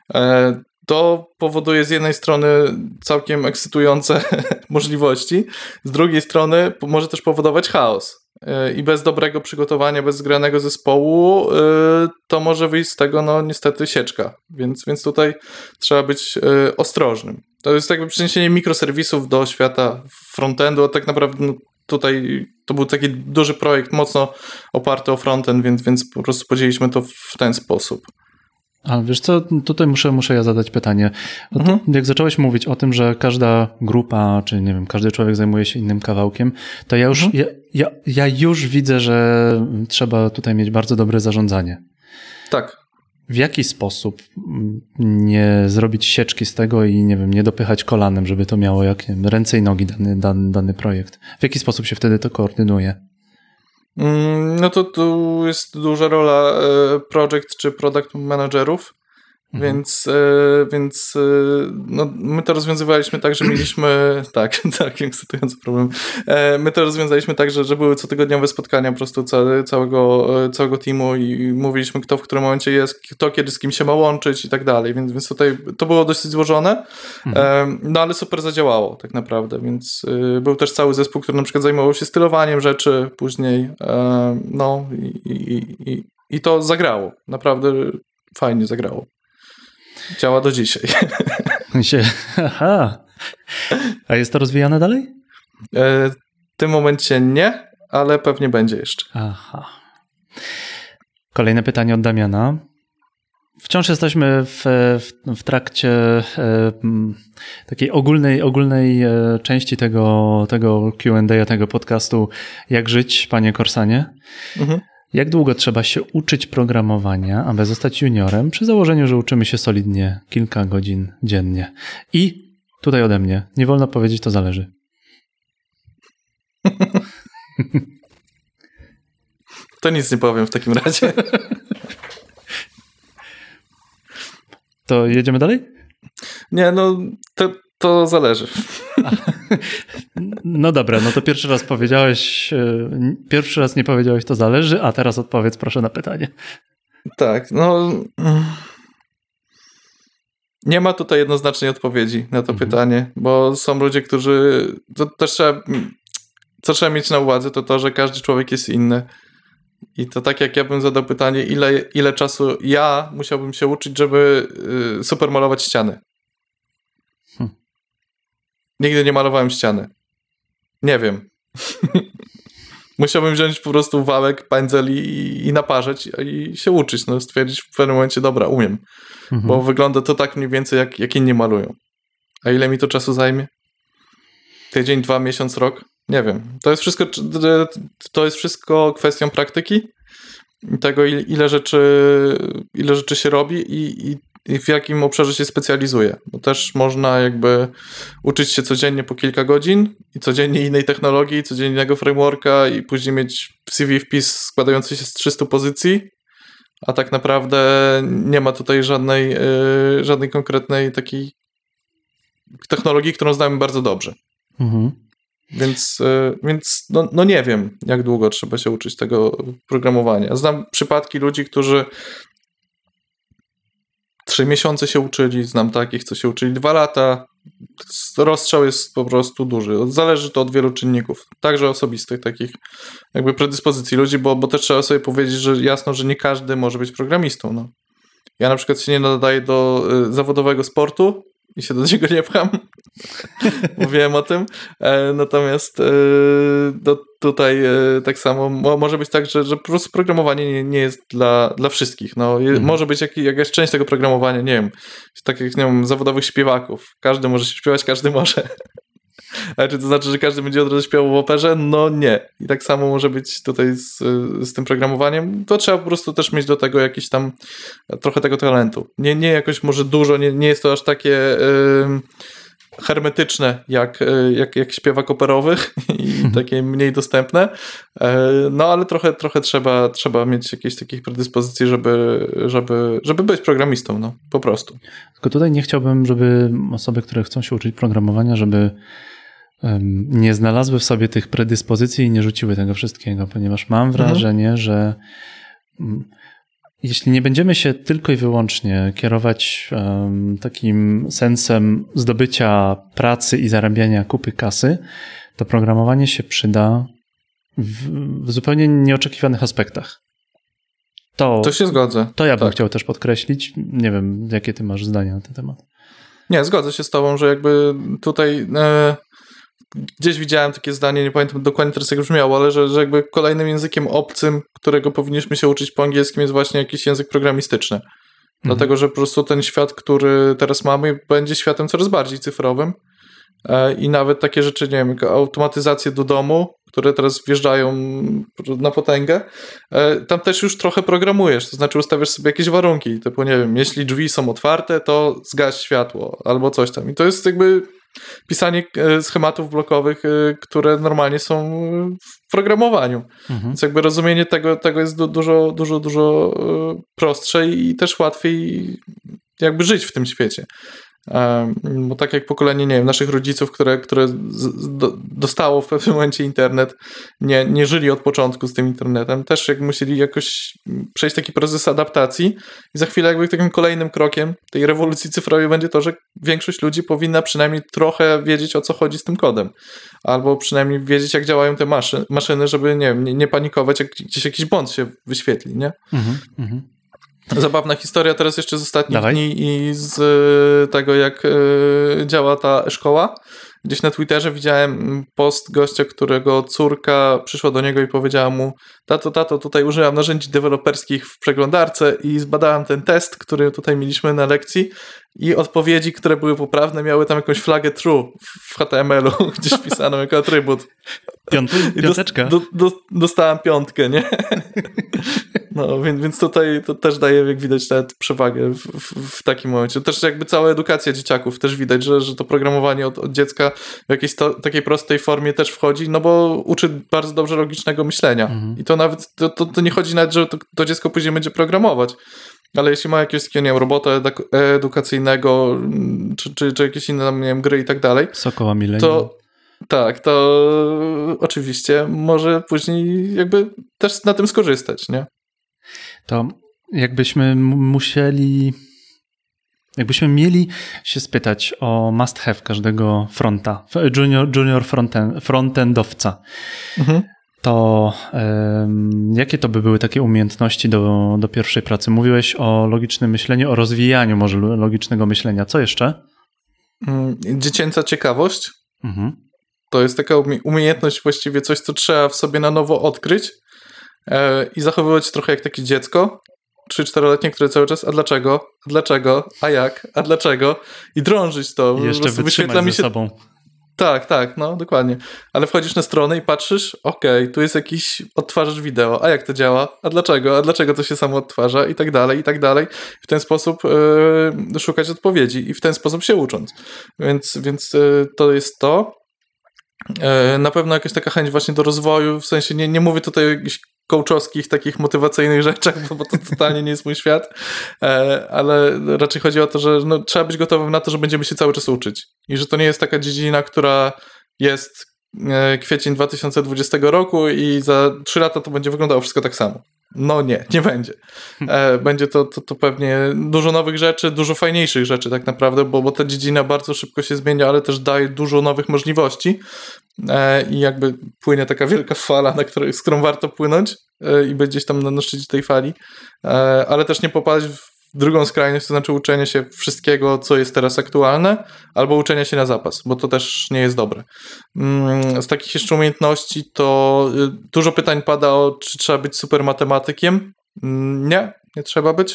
To powoduje z jednej strony całkiem ekscytujące możliwości, z drugiej strony może też powodować chaos. I bez dobrego przygotowania, bez zgranego zespołu to może wyjść z tego no niestety sieczka, więc, więc tutaj trzeba być ostrożnym. To jest jakby przeniesienie mikroserwisów do świata frontendu, a tak naprawdę no, tutaj to był taki duży projekt, mocno oparty o frontend, więc, więc po prostu podzieliliśmy to w ten sposób. Ale wiesz co, tutaj muszę, muszę ja zadać pytanie. Mhm. Jak zacząłeś mówić o tym, że każda grupa, czy nie wiem, każdy człowiek zajmuje się innym kawałkiem, to ja już, mhm. ja, ja, ja już widzę, że trzeba tutaj mieć bardzo dobre zarządzanie. Tak. W jaki sposób nie zrobić sieczki z tego i nie wiem, nie dopychać kolanem, żeby to miało jak nie wiem, ręce i nogi dany, dany, dany projekt? W jaki sposób się wtedy to koordynuje? No to tu jest duża rola project czy product managerów, Mhm. Więc, e, więc e, no, my to rozwiązywaliśmy tak, że mieliśmy tak, tak, ekscytujący problem. E, my to rozwiązaliśmy tak, że, że były cotygodniowe spotkania po prostu całe, całego, całego teamu i mówiliśmy, kto w którym momencie jest, kto kiedy z kim się ma łączyć i tak dalej, więc, więc tutaj to było dosyć złożone, mhm. e, no ale super zadziałało tak naprawdę, więc e, był też cały zespół, który na przykład zajmował się stylowaniem rzeczy później, e, no i, i, i, i to zagrało, naprawdę fajnie zagrało. Działa do dzisiaj. Aha. A jest to rozwijane dalej? W tym momencie nie, ale pewnie będzie jeszcze. Aha. Kolejne pytanie od Damiana. Wciąż jesteśmy w, w, w trakcie e, takiej ogólnej, ogólnej e, części tego, tego Q and A, tego podcastu Jak żyć, panie Korsanie? Mhm. Jak długo trzeba się uczyć programowania, aby zostać juniorem, przy założeniu, że uczymy się solidnie kilka godzin dziennie? I tutaj ode mnie, nie wolno powiedzieć, to zależy. To nic nie powiem w takim razie. To jedziemy dalej? Nie, no to, to zależy. No dobra, no to pierwszy raz powiedziałeś, pierwszy raz nie powiedziałeś, to zależy, a teraz odpowiedz proszę na pytanie. Tak, no nie ma tutaj jednoznacznej odpowiedzi na to mhm. pytanie, bo są ludzie, którzy, to też trzeba, co trzeba mieć na uwadze, to to, że każdy człowiek jest inny. I to tak jak ja bym zadał pytanie, ile, ile czasu ja musiałbym się uczyć, żeby super malować ściany. Hmm. Nigdy nie malowałem ściany. Nie wiem. Musiałbym wziąć po prostu wałek, pędzel i, i naparzać i się uczyć. No, stwierdzić w pewnym momencie, dobra, umiem. Mhm. Bo wygląda to tak mniej więcej, jak, jak inni malują. A ile mi to czasu zajmie? Tydzień, dwa, miesiąc, rok? Nie wiem. To jest wszystko, to jest wszystko kwestią praktyki. Tego, ile rzeczy, ile rzeczy się robi i, i i w jakim obszarze się specjalizuje. Bo też można jakby uczyć się codziennie po kilka godzin i codziennie innej technologii, codziennie innego frameworka i później mieć w C V wpis składający się z trzystu pozycji, a tak naprawdę nie ma tutaj żadnej, yy, żadnej konkretnej takiej technologii, którą znamy bardzo dobrze. Mhm. Więc, yy, więc no, no nie wiem, jak długo trzeba się uczyć tego programowania. Znam przypadki ludzi, którzy trzy miesiące się uczyli, znam takich, co się uczyli dwa lata. Rozstrzał jest po prostu duży. Zależy to od wielu czynników, także osobistych, takich jakby predyspozycji ludzi, bo, bo też trzeba sobie powiedzieć, że jasno, że nie każdy może być programistą. No. Ja na przykład się nie nadaję do y, zawodowego sportu i się do niego nie pcham. Mówiłem o tym. E, natomiast e, do, tutaj e, tak samo mo, może być tak, że, że po prostu programowanie nie, nie jest dla, dla wszystkich. No, je, mhm. Może być jak, jakaś część tego programowania, nie wiem, tak jak nie wiem, zawodowych śpiewaków. Każdy może się śpiewać, każdy może. Ale czy to znaczy, że każdy będzie od razu śpiewał w operze? No nie. I tak samo może być tutaj z, z tym programowaniem. To trzeba po prostu też mieć do tego jakiś tam trochę tego talentu. Nie, nie jakoś może dużo, nie, nie jest to aż takie yy, hermetyczne jak, jak, jak śpiewak operowych i mhm. takie mniej dostępne. Yy, no ale trochę, trochę trzeba, trzeba mieć jakieś takich predyspozycji, żeby, żeby, żeby być programistą, no po prostu. Tylko tutaj nie chciałbym, żeby osoby, które chcą się uczyć programowania, żeby nie znalazły w sobie tych predyspozycji i nie rzuciły tego wszystkiego, ponieważ mam wrażenie, mhm. że jeśli nie będziemy się tylko i wyłącznie kierować um, takim sensem zdobycia pracy i zarabiania kupy kasy, to programowanie się przyda w, w zupełnie nieoczekiwanych aspektach. To, to się zgodzę. To ja bym tak. chciał też podkreślić. Nie wiem, jakie ty masz zdanie na ten temat. Nie, zgodzę się z tobą, że jakby tutaj e, gdzieś widziałem takie zdanie, nie pamiętam dokładnie teraz jak brzmiało, ale że, że jakby kolejnym językiem obcym, którego powinniśmy się uczyć po angielskim, jest właśnie jakiś język programistyczny. Mhm. Dlatego, że po prostu ten świat, który teraz mamy, będzie światem coraz bardziej cyfrowym e, i nawet takie rzeczy, nie wiem, jak automatyzacje do domu, które teraz wjeżdżają na potęgę, e, tam też już trochę programujesz, to znaczy ustawiasz sobie jakieś warunki, typu nie wiem, jeśli drzwi są otwarte, to zgaś światło albo coś tam. I to jest jakby pisanie schematów blokowych, które normalnie są w programowaniu. Mhm. Więc jakby rozumienie tego, tego jest du- dużo, dużo, dużo prostsze i też łatwiej jakby żyć w tym świecie. Bo tak jak pokolenie, nie wiem, naszych rodziców, które, które z, do, dostało w pewnym momencie internet, nie, nie żyli od początku z tym internetem, też jak musieli jakoś przejść taki proces adaptacji i za chwilę jakby takim kolejnym krokiem tej rewolucji cyfrowej będzie to, że większość ludzi powinna przynajmniej trochę wiedzieć, o co chodzi z tym kodem. Albo przynajmniej wiedzieć, jak działają te maszy, maszyny, żeby nie wiem, nie, nie panikować, jak gdzieś jakiś błąd się wyświetli, nie? Mhm, mhm. Zabawna historia teraz jeszcze z ostatnich Dawaj. dni i z tego, jak działa ta szkoła. Gdzieś na Twitterze widziałem post gościa, którego córka przyszła do niego i powiedziała mu: tato, tato, tutaj użyłam narzędzi deweloperskich w przeglądarce i zbadałam ten test, który tutaj mieliśmy na lekcji i odpowiedzi, które były poprawne, miały tam jakąś flagę true w H T M L u gdzieś wpisaną jako atrybut. Piąty, piąteczka. Do, do, dostałam piątkę, nie? No, więc, więc tutaj to też daje, jak widać, nawet przewagę w, w, w takim momencie. Też jakby cała edukacja dzieciaków, też widać, że, że to programowanie od, od dziecka w jakiejś to, takiej prostej formie też wchodzi, no bo uczy bardzo dobrze logicznego myślenia. Mhm. I to nawet, to, to, to nie chodzi nawet, że to, to dziecko później będzie programować. Ale jeśli ma jakiegoś takiego, nie wiem, robota edukacyjnego, czy, czy, czy jakieś inne, nie wiem, gry i tak dalej, Sokoła Millennium. to tak, to oczywiście może później jakby też na tym skorzystać, nie? To jakbyśmy musieli, jakbyśmy mieli się spytać o must have każdego fronta, junior, junior frontend, frontendowca, mhm. to um, jakie to by były takie umiejętności do, do pierwszej pracy? Mówiłeś o logicznym myśleniu, o rozwijaniu może logicznego myślenia. Co jeszcze? Dziecięca ciekawość. Mhm. To jest taka umiejętność, właściwie coś, co trzeba w sobie na nowo odkryć e, i zachowywać się trochę jak takie dziecko, trzy-czteroletnie, które cały czas, a dlaczego, a dlaczego, a jak, a dlaczego i drążyć to. I jeszcze wytrzymać ze sobą. Tak, tak, no dokładnie. Ale wchodzisz na stronę i patrzysz, okej, okay, tu jest jakiś odtwarzacz wideo, a jak to działa, a dlaczego, a dlaczego to się samo odtwarza i tak dalej, i tak dalej. W ten sposób yy, szukać odpowiedzi i w ten sposób się ucząc. Więc, więc yy, to jest to. Yy, na pewno jakaś taka chęć właśnie do rozwoju, w sensie nie, nie mówię tutaj o jakichś coachowskich, takich motywacyjnych rzeczach, bo, bo to totalnie nie jest mój świat, e, ale raczej chodzi o to, że no, trzeba być gotowym na to, że będziemy się cały czas uczyć i że to nie jest taka dziedzina, która jest e, kwiecień dwa tysiące dwudziestego roku i za trzy lata to będzie wyglądało wszystko tak samo. No nie, nie będzie. E, będzie to, to, to pewnie dużo nowych rzeczy, dużo fajniejszych rzeczy tak naprawdę, bo, bo ta dziedzina bardzo szybko się zmienia, ale też daje dużo nowych możliwości e, i jakby płynie taka wielka fala, na której, z którą warto płynąć e, i być gdzieś tam na, na szczycie tej fali, e, ale też nie popaść w drugą skrajność, to znaczy uczenie się wszystkiego, co jest teraz aktualne, albo uczenie się na zapas, bo to też nie jest dobre. Z takich jeszcze umiejętności to dużo pytań pada o, czy trzeba być super matematykiem. Nie, nie trzeba być.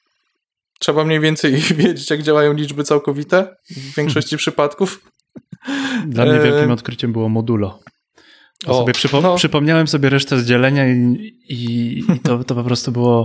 Trzeba mniej więcej wiedzieć, jak działają liczby całkowite w większości hmm. przypadków. Dla mnie wielkim odkryciem było modulo. O, sobie przypo- no. Przypomniałem sobie resztę z dzielenia i, i, i to, to po prostu było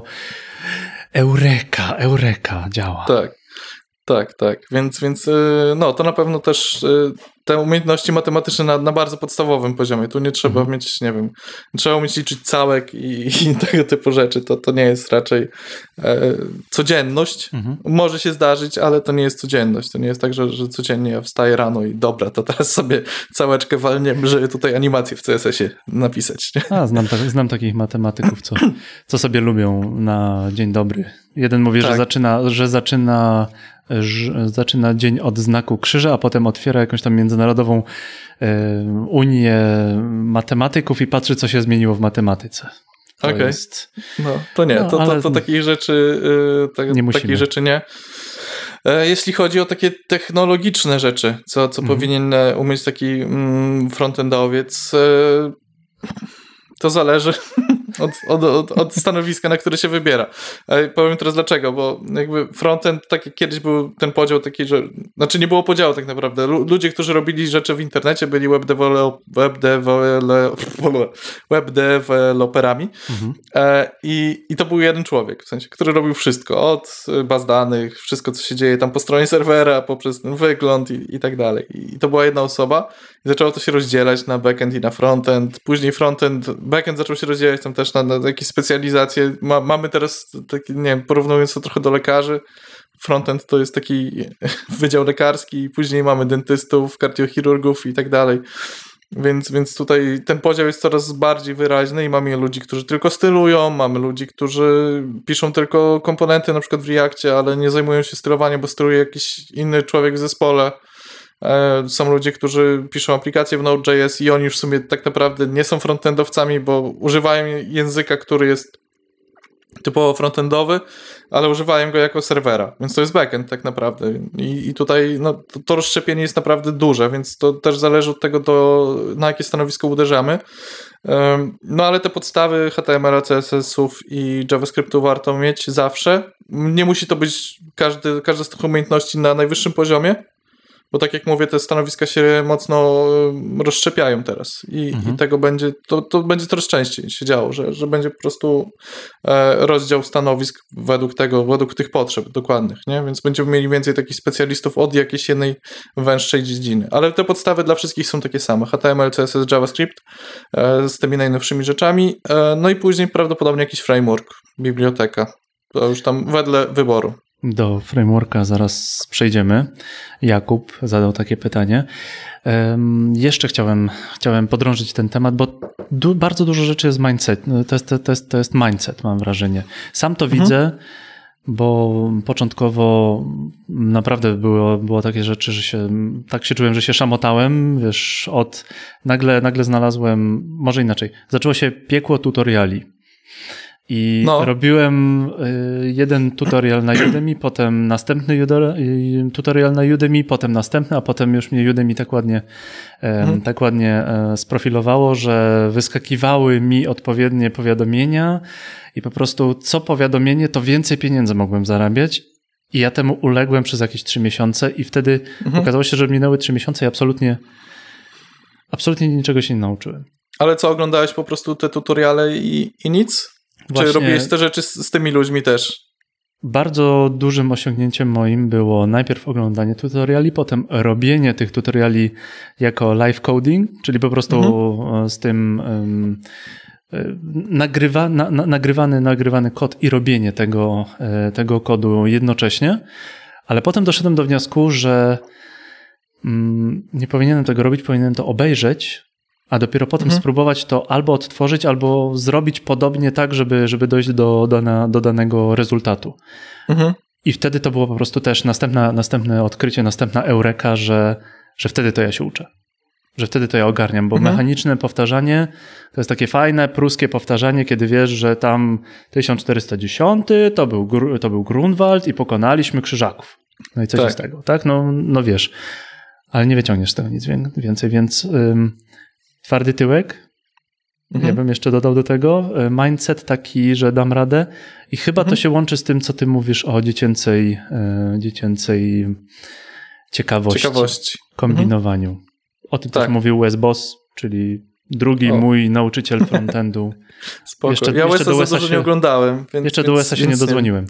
Eureka, Eureka działa. Tak, tak, tak. Więc, więc no, to na pewno też te umiejętności matematyczne na, na bardzo podstawowym poziomie. Tu nie trzeba mhm. mieć, nie wiem, nie trzeba umieć liczyć całek i, i tego typu rzeczy. To, to nie jest raczej e, codzienność. Mhm. Może się zdarzyć, ale to nie jest codzienność. To nie jest tak, że, że codziennie ja wstaję rano i dobra, to teraz sobie całeczkę walniemy, żeby tutaj animację w C S S-ie napisać. Nie? A, znam, tak, znam takich matematyków, co, co sobie lubią na dzień dobry. Jeden mówi, tak. że zaczyna, że zaczyna że zaczyna dzień od znaku krzyża, a potem otwiera jakąś tam międzynarodową e, unię matematyków i patrzy, co się zmieniło w matematyce. To Okej. jest... No, to nie, no, to, to, to takich rzeczy yy, tak, nie takich rzeczy nie. E, jeśli chodzi o takie technologiczne rzeczy, co, co mhm. powinien umieć taki mm, frontendowiec, yy, to zależy od, od, od, od stanowiska, na które się wybiera. E, powiem teraz dlaczego, bo jakby frontend, tak jak kiedyś był ten podział taki, że, znaczy nie było podziału tak naprawdę. Ludzie, którzy robili rzeczy w internecie, byli web, develop, web, develop, web developerami mhm. e, i, i to był jeden człowiek, w sensie, który robił wszystko, od baz danych, wszystko, co się dzieje tam po stronie serwera, poprzez ten wygląd i, i tak dalej. I to była jedna osoba i zaczęło to się rozdzielać na backend i na frontend. Później frontend, backend zaczął się rozdzielać tam też na, na jakieś specjalizacje. Ma, mamy teraz, taki, nie wiem, porównując to trochę do lekarzy, frontend to jest taki wydział lekarski i później mamy dentystów, kardiochirurgów i tak dalej. Więc, więc tutaj ten podział jest coraz bardziej wyraźny i mamy ludzi, którzy tylko stylują, mamy ludzi, którzy piszą tylko komponenty na przykład w Reactie, ale nie zajmują się stylowaniem, bo styluje jakiś inny człowiek w zespole. Są ludzie, którzy piszą aplikacje w Node.js i oni już w sumie tak naprawdę nie są frontendowcami, bo używają języka, który jest typowo frontendowy, ale używają go jako serwera, więc to jest backend tak naprawdę i, i tutaj no, to, to rozszczepienie jest naprawdę duże, więc to też zależy od tego, do, na jakie stanowisko uderzamy. Um, no ale te podstawy H T M L, C S S-ów i JavaScriptu warto mieć zawsze. Nie musi to być każdy, każda z tych umiejętności na najwyższym poziomie, bo tak jak mówię, te stanowiska się mocno rozszczepiają teraz i, mhm. i tego będzie, to, to będzie coraz częściej się działo, że, że będzie po prostu e, rozdział stanowisk według tego, według tych potrzeb dokładnych, nie? Więc będziemy mieli więcej takich specjalistów od jakiejś jednej węższej dziedziny. Ale te podstawy dla wszystkich są takie same. H T M L, C S S, JavaScript e, z tymi najnowszymi rzeczami, e, no i później prawdopodobnie jakiś framework, biblioteka. To już tam wedle wyboru. Do frameworka zaraz przejdziemy. Jakub zadał takie pytanie. Um, jeszcze chciałem, chciałem podrążyć ten temat, bo du- bardzo dużo rzeczy jest mindset. To jest, to, jest, to jest mindset, mam wrażenie. Sam to mhm. widzę, bo początkowo naprawdę było, było takie rzeczy, że się, tak się czułem, że się szamotałem, wiesz, od nagle, nagle znalazłem, może inaczej, zaczęło się piekło tutoriali. I no. robiłem y, jeden tutorial na Udemy, potem następny Udemy, y, tutorial na Udemy, potem następny, a potem już mnie Udemy tak ładnie, y, mhm. tak ładnie y, sprofilowało, że wyskakiwały mi odpowiednie powiadomienia i po prostu co powiadomienie, to więcej pieniędzy mogłem zarabiać. I ja temu uległem przez jakieś trzy miesiące i wtedy mhm. okazało się, że minęły trzy miesiące i absolutnie, absolutnie niczego się nie nauczyłem. Ale co, oglądałeś po prostu te tutoriale i, i nic? Właśnie. Czy robiłeś te rzeczy z, z tymi ludźmi też? Bardzo dużym osiągnięciem moim było najpierw oglądanie tutoriali, potem robienie tych tutoriali jako live coding, czyli po prostu mhm. z tym um, nagrywa, na, na, nagrywany, nagrywany kod i robienie tego, tego kodu jednocześnie. Ale potem doszedłem do wniosku, że um, nie powinienem tego robić, powinienem to obejrzeć, a dopiero potem mhm. spróbować to albo odtworzyć, albo zrobić podobnie tak, żeby, żeby dojść do, do, na, do danego rezultatu. Mhm. I wtedy to było po prostu też następna, następne odkrycie, następna eureka, że, że wtedy to ja się uczę. Że wtedy to ja ogarniam, bo mhm. mechaniczne powtarzanie to jest takie fajne, pruskie powtarzanie, kiedy wiesz, że tam tysiąc czterysta dziesiąty to był, to był Grunwald i pokonaliśmy Krzyżaków. No i coś tak. z tego, tak? No, no wiesz, ale nie wyciągniesz z tego nic więcej, więc... Ym, twardy tyłek, mhm. ja bym jeszcze dodał do tego, mindset taki, że dam radę i chyba mhm. to się łączy z tym, co ty mówisz o dziecięcej, dziecięcej ciekawości, ciekawości. kombinowaniu. Mhm. O tym tak. też mówił Wes Bos, czyli drugi o. mój nauczyciel frontendu. Spoko. Jeszcze, ja jeszcze do Wesa się nie oglądałem. Więc, jeszcze więc, do Wesa się nie dodzwoniłem.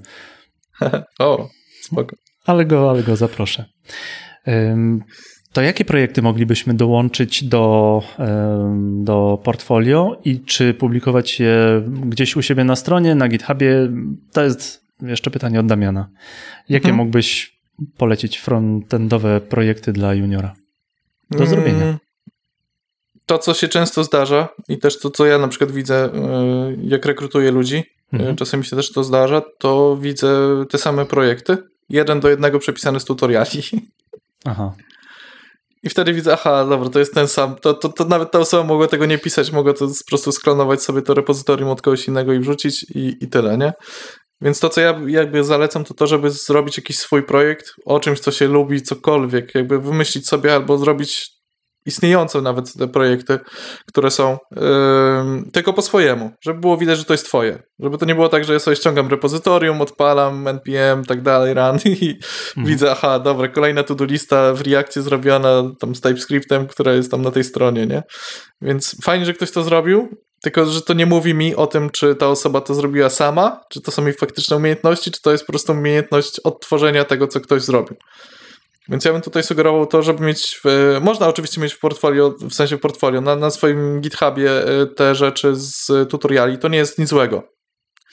o, spoko. Ale go, ale go zaproszę. Um, To jakie projekty moglibyśmy dołączyć do, do portfolio i czy publikować je gdzieś u siebie na stronie, na GitHubie? To jest jeszcze pytanie od Damiana. Jakie mhm. mógłbyś polecić frontendowe projekty dla juniora do hmm. zrobienia? To, co się często zdarza i też to, co ja na przykład widzę, jak rekrutuję ludzi, mhm. czasami się też to zdarza, to widzę te same projekty, jeden do jednego przepisane z tutoriali. Aha. I wtedy widzę, aha, dobra, to jest ten sam, to, to, to nawet ta osoba mogła tego nie pisać, mogła to po prostu sklonować sobie to repozytorium od kogoś innego i wrzucić i, i tyle, nie? Więc to, co ja jakby zalecam, to to, żeby zrobić jakiś swój projekt o czymś, co się lubi, cokolwiek, jakby wymyślić sobie albo zrobić istniejące nawet te projekty, które są yy, tylko po swojemu, żeby było widać, że to jest twoje. Żeby to nie było tak, że ja sobie ściągam repozytorium, odpalam, N P M, tak dalej, run i mhm. widzę, aha, dobra, kolejna to-do lista w Reactie zrobiona tam z TypeScriptem, która jest tam na tej stronie, nie? Więc fajnie, że ktoś to zrobił, tylko że to nie mówi mi o tym, czy ta osoba to zrobiła sama, czy to są jej faktyczne umiejętności, czy to jest po prostu umiejętność odtworzenia tego, co ktoś zrobił. Więc ja bym tutaj sugerował to, żeby mieć, w, można oczywiście mieć w portfolio, w sensie w portfolio, na, na swoim GitHubie te rzeczy z tutoriali, to nie jest nic złego.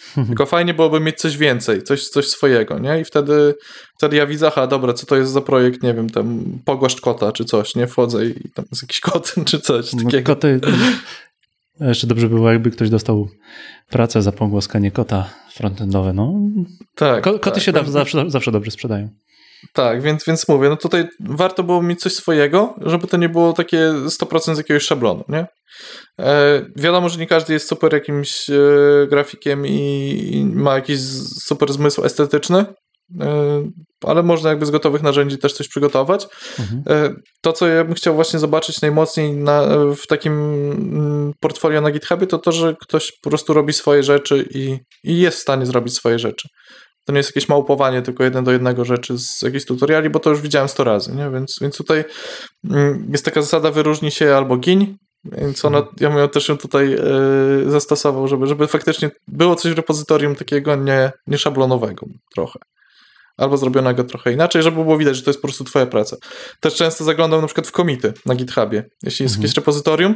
Tylko fajnie byłoby mieć coś więcej, coś, coś swojego, nie? I wtedy, wtedy ja widzę, aha, dobra, co to jest za projekt, nie wiem, tam pogłaszcz kota czy coś, nie? Wchodzę i tam jest jakiś kot czy coś No, takiego. koty... Jeszcze dobrze było, jakby ktoś dostał pracę za pogłaskanie kota frontendowe, no. Tak, Ko- koty tak, się więc, da, zawsze, zawsze dobrze sprzedają. Tak, więc, więc mówię, no tutaj warto było mieć coś swojego, żeby to nie było takie sto procent z jakiegoś szablonu, nie? E, wiadomo, że nie każdy jest super jakimś e, grafikiem i, i ma jakiś super zmysł estetyczny, e, ale można jakby z gotowych narzędzi też coś przygotować. Mhm. E, to, co ja bym chciał właśnie zobaczyć najmocniej na, w takim portfolio na GitHubie, to to, że ktoś po prostu robi swoje rzeczy i, i jest w stanie zrobić swoje rzeczy. To nie jest jakieś małpowanie tylko jeden do jednego rzeczy z jakichś tutoriali, bo to już widziałem sto razy, nie? Więc, więc tutaj jest taka zasada wyróżnij się albo giń, więc ona, ja bym też ją tutaj yy, zastosował, żeby, żeby faktycznie było coś w repozytorium takiego nie, nie szablonowego trochę. Albo zrobionego trochę inaczej, żeby było widać, że to jest po prostu twoja praca. Też często zaglądam na przykład w commity na GitHubie. Jeśli jest mhm. jakieś repozytorium,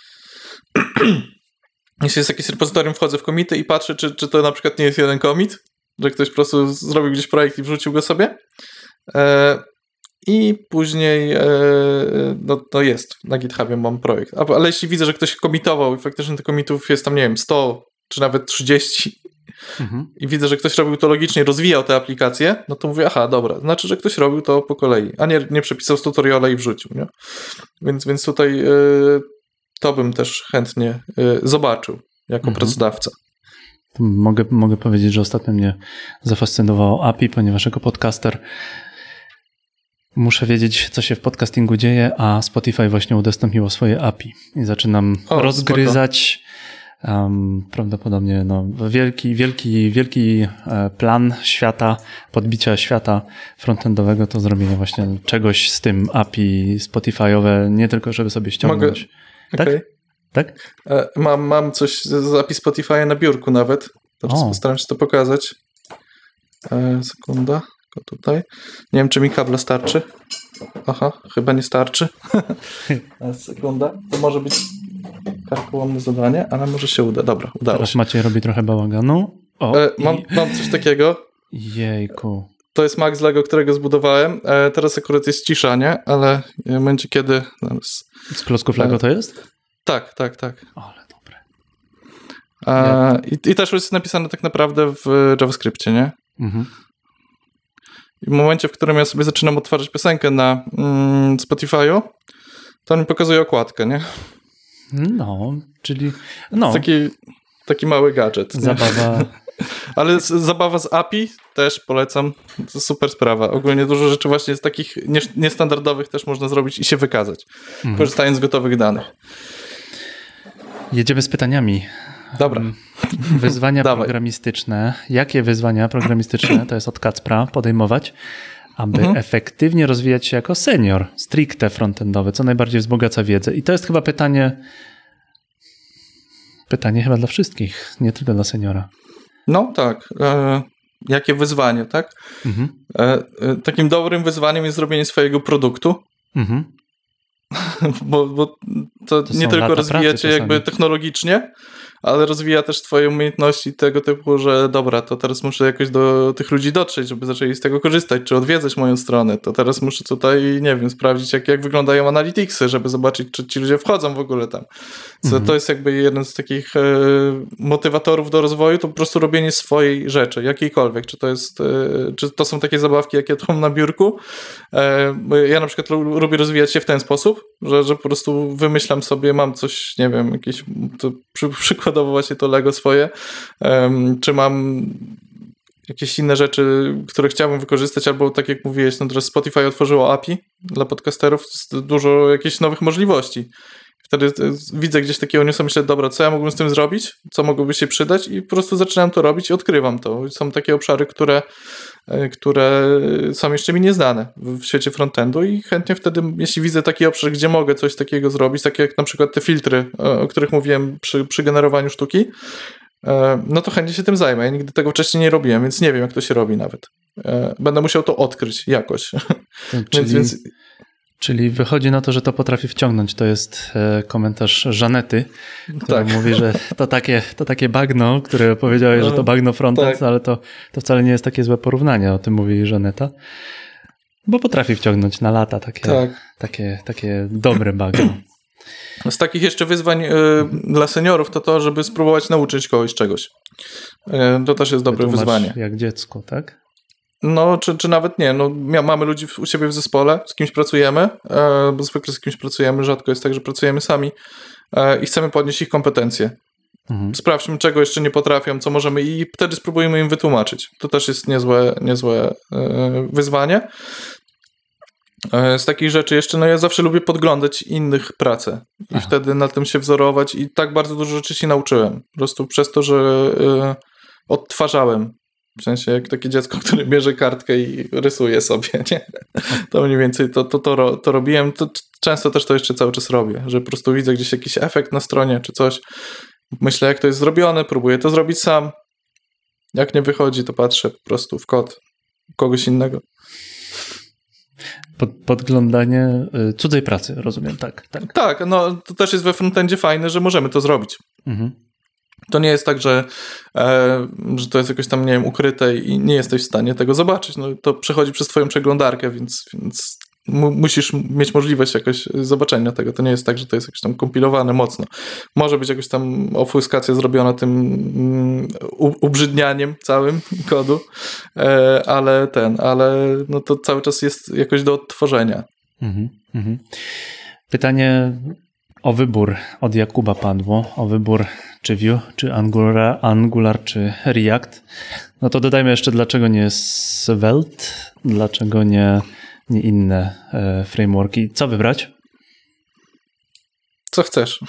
jeśli jest jakieś repozytorium, wchodzę w commity i patrzę, czy, czy to na przykład nie jest jeden commit, że ktoś po prostu zrobił gdzieś projekt i wrzucił go sobie. E, I później e, no, no jest, na GitHubie mam projekt. A, ale jeśli widzę, że ktoś komitował i faktycznie tych komitów jest tam, nie wiem, sto czy nawet trzydzieści mhm. i widzę, że ktoś robił to logicznie, rozwijał te aplikacje, no to mówię, aha, dobra, znaczy, że ktoś robił to po kolei, a nie, nie przepisał z tutoriala i wrzucił, nie? Więc, więc tutaj e, to bym też chętnie e, zobaczył jako mhm. pracodawca. Mogę, mogę powiedzieć, że ostatnio mnie zafascynowało A P I, ponieważ jako podcaster muszę wiedzieć, co się w podcastingu dzieje, a Spotify właśnie udostępniło swoje A P I i zaczynam o, rozgryzać um, prawdopodobnie no, wielki, wielki, wielki plan świata, podbicia świata frontendowego, to zrobienie właśnie czegoś z tym A P I Spotify'owe, nie tylko żeby sobie ściągnąć. Mogę? Tak? Okay. Tak? Mam, mam coś z A P I Spotify na biurku nawet. Teraz postaram się to pokazać. E, sekunda. Tylko tutaj. Nie wiem, czy mi kabla starczy. Aha, chyba nie starczy. Sekunda. To może być karkołomne zadanie, ale może się uda. Dobra, udało Teraz się. Maciej robi trochę bałaganu. O, e, mam, i... mam coś takiego. Jejku. To jest Max Lego, którego zbudowałem. E, teraz akurat jest cisza, nie? Ale będzie kiedy... Z klocków Lego e, to jest? Tak, tak, tak. Ale dobre. A, i, I też jest napisane tak naprawdę w JavaScriptie, nie? Mhm. I w momencie, w którym ja sobie zaczynam odtwarzać piosenkę na mm, Spotify'u, to on mi pokazuje okładkę, nie? No, czyli... No. Taki, taki mały gadżet. Zabawa... Ale z, zabawa z A P I też polecam. To super sprawa. Ogólnie dużo rzeczy właśnie z takich niestandardowych też można zrobić i się wykazać, mhm. korzystając z gotowych danych. Jedziemy z pytaniami. Dobra. Wyzwania programistyczne. Jakie wyzwania programistyczne, to jest od Kacpra, podejmować, aby mhm. efektywnie rozwijać się jako senior, stricte frontendowy, co najbardziej wzbogaca wiedzę? I to jest chyba pytanie, pytanie chyba dla wszystkich, nie tylko dla seniora. No tak. E, jakie wyzwanie, tak? Mhm. E, e, takim dobrym wyzwaniem jest zrobienie swojego produktu. Mhm. bo, bo to, to nie tylko rozwija cię jakby technologicznie, ale rozwija też twoje umiejętności tego typu, że dobra, to teraz muszę jakoś do tych ludzi dotrzeć, żeby zaczęli z tego korzystać, czy odwiedzać moją stronę, to teraz muszę tutaj, nie wiem, sprawdzić jak, jak wyglądają analyticsy, żeby zobaczyć, czy ci ludzie wchodzą w ogóle tam. Co, mhm. To jest jakby jeden z takich e, motywatorów do rozwoju, to po prostu robienie swojej rzeczy, jakiejkolwiek, czy to jest, e, czy to są takie zabawki, jakie to mam na biurku. E, ja na przykład lubię rozwijać się w ten sposób, że, że po prostu wymyślam sobie, mam coś, nie wiem, jakieś to przy, przykładowo właśnie to Lego swoje, um, czy mam jakieś inne rzeczy, które chciałbym wykorzystać, albo tak jak mówiłeś, no teraz Spotify otworzyło A P I dla podcasterów, dużo jakichś nowych możliwości. Wtedy widzę gdzieś takiego newsa, myślę, dobra, co ja mógłbym z tym zrobić, co mogłoby się przydać i po prostu zaczynam to robić i odkrywam to. Są takie obszary, które, które są jeszcze mi nieznane w świecie frontendu i chętnie wtedy, jeśli widzę taki obszar, gdzie mogę coś takiego zrobić, takie jak na przykład te filtry, o których mówiłem przy, przy generowaniu sztuki, no to chętnie się tym zajmę. Ja nigdy tego wcześniej nie robiłem, więc nie wiem, jak to się robi nawet. Będę musiał to odkryć jakoś. Czyli... więc, więc... Czyli wychodzi na to, że to potrafi wciągnąć. To jest e, komentarz Żanety, która tak. mówi, że to takie, to takie bagno, które powiedziałeś, że to bagno frontend, tak. ale to, to wcale nie jest takie złe porównanie, o tym mówi Żaneta. Bo potrafi wciągnąć na lata takie, tak. takie, takie dobre bagno. Z takich jeszcze wyzwań y, dla seniorów to to, żeby spróbować nauczyć kogoś czegoś. Y, to też jest dobre Wytłumacz wyzwanie. Jak dziecko, tak? No, czy, czy nawet nie. No, mamy ludzi u siebie w zespole, z kimś pracujemy, e, bo zwykle z kimś pracujemy, rzadko jest tak, że pracujemy sami e, i chcemy podnieść ich kompetencje. Mhm. Sprawdźmy, czego jeszcze nie potrafią, co możemy i wtedy spróbujmy im wytłumaczyć. To też jest niezłe, niezłe e, wyzwanie. E, z takich rzeczy jeszcze, no ja zawsze lubię podglądać innych pracę i Aha. wtedy na tym się wzorować i tak bardzo dużo rzeczy się nauczyłem. Po prostu przez to, że e, odtwarzałem. W sensie jak takie dziecko, które bierze kartkę i rysuje sobie, nie? To mniej więcej to, to, to, to robiłem. To, często też to jeszcze cały czas robię, że po prostu widzę gdzieś jakiś efekt na stronie czy coś. Myślę, jak to jest zrobione, próbuję to zrobić sam. Jak nie wychodzi, to patrzę po prostu w kod kogoś innego. Pod, podglądanie cudzej pracy, rozumiem, tak, tak. Tak, no to też jest we frontendzie fajne, że możemy to zrobić. Mhm. To nie jest tak, że, e, że to jest jakoś tam, nie wiem, ukryte i nie jesteś w stanie tego zobaczyć. No, to przechodzi przez twoją przeglądarkę, więc, więc mu, musisz mieć możliwość jakoś zobaczenia tego. To nie jest tak, że to jest jakoś tam kompilowane mocno. Może być jakoś tam ofuscacja zrobiona tym um, ubrzydnianiem całym kodu, e, ale ten, ale no to cały czas jest jakoś do odtworzenia. Mhm, mhm. Pytanie o wybór od Jakuba padło, o wybór czy Vue, czy Angular, Angular, czy React. No to dodajmy jeszcze, dlaczego nie Svelte, dlaczego nie, nie inne e, frameworki. Co wybrać? Co chcesz.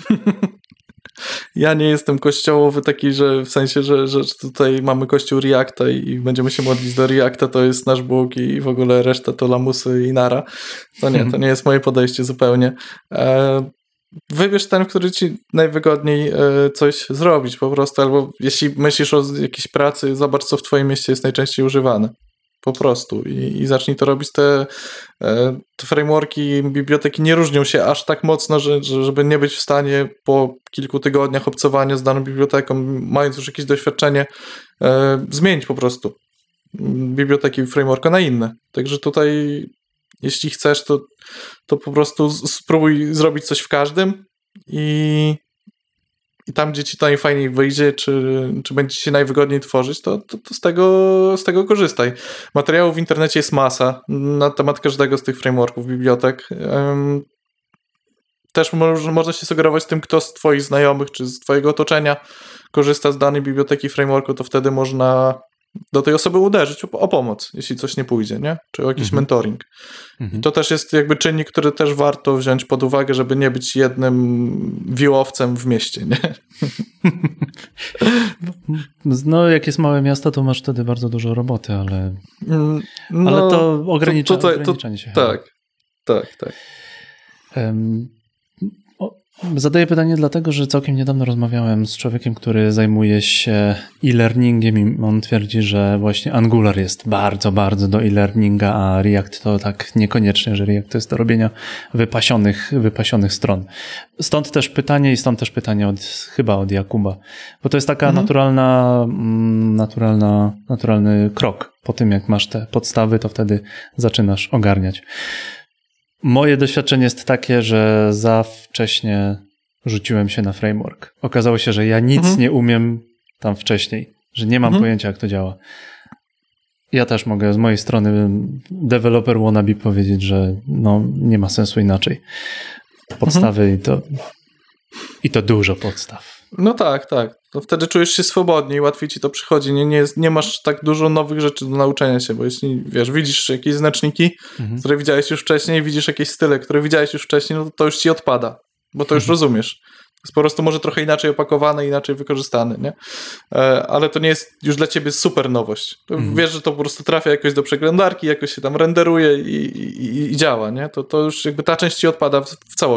Ja nie jestem kościołowy taki, że w sensie, że, że tutaj mamy kościół Reacta i będziemy się modlić do Reacta, to jest nasz Bóg i w ogóle reszta to lamusy i nara. To nie, to nie jest moje podejście zupełnie. E, Wybierz ten, który ci najwygodniej coś zrobić po prostu, albo jeśli myślisz o jakiejś pracy, zobacz, co w twoim mieście jest najczęściej używane. Po prostu. I, i zacznij to robić. Te, te frameworki, biblioteki nie różnią się aż tak mocno, że, że, żeby nie być w stanie po kilku tygodniach obcowania z daną biblioteką, mając już jakieś doświadczenie, zmienić po prostu biblioteki frameworka na inne. Także tutaj jeśli chcesz, to, to po prostu spróbuj zrobić coś w każdym i, i tam, gdzie ci to najfajniej wyjdzie, czy, czy będzie ci się najwygodniej tworzyć, to, to, to z, tego, z tego korzystaj. Materiałów w internecie jest masa na temat każdego z tych frameworków, bibliotek. Um, też może, można się sugerować tym, kto z twoich znajomych, czy z twojego otoczenia korzysta z danej biblioteki, frameworku, to wtedy można do tej osoby uderzyć o, o pomoc, jeśli coś nie pójdzie, nie? Czy o jakiś mhm. mentoring. Mhm. I to też jest jakby czynnik, który też warto wziąć pod uwagę, żeby nie być jednym wiłowcem w mieście, nie? No, jak jest małe miasto, to masz wtedy bardzo dużo roboty, ale, no, ale to ogranicza, to, tutaj, ograniczanie się. To, tak, tak, tak. Um, Zadaję pytanie dlatego, że całkiem niedawno rozmawiałem z człowiekiem, który zajmuje się e-learningiem i on twierdzi, że właśnie Angular jest bardzo, bardzo do e-learninga, a React to tak niekoniecznie, że React to jest do robienia wypasionych, wypasionych stron. Stąd też pytanie i stąd też pytanie od, chyba od Jakuba, bo to jest taka mhm. naturalna, naturalna, naturalny krok. Po tym, jak masz te podstawy, to wtedy zaczynasz ogarniać. Moje doświadczenie jest takie, że za wcześnie rzuciłem się na framework. Okazało się, że ja nic mhm. nie umiem tam wcześniej, że nie mam mhm. pojęcia, jak to działa. Ja też mogę z mojej strony developer wannabe powiedzieć, że no, nie ma sensu inaczej. Podstawy mhm. i to i to dużo podstaw. No tak, tak. To wtedy czujesz się swobodniej, łatwiej ci to przychodzi. Nie, nie, nie masz tak dużo nowych rzeczy do nauczenia się, bo jeśli, wiesz, widzisz jakieś znaczniki, mhm. które widziałeś już wcześniej, widzisz jakieś style, które widziałeś już wcześniej, no to, to już ci odpada, bo to już mhm. rozumiesz. To jest po prostu może trochę inaczej opakowane, inaczej wykorzystane, nie? Ale to nie jest już dla ciebie super nowość. Mhm. Wiesz, że to po prostu trafia jakoś do przeglądarki, jakoś się tam renderuje i, i, i działa, nie? To, to już jakby ta część ci odpada w, w całości.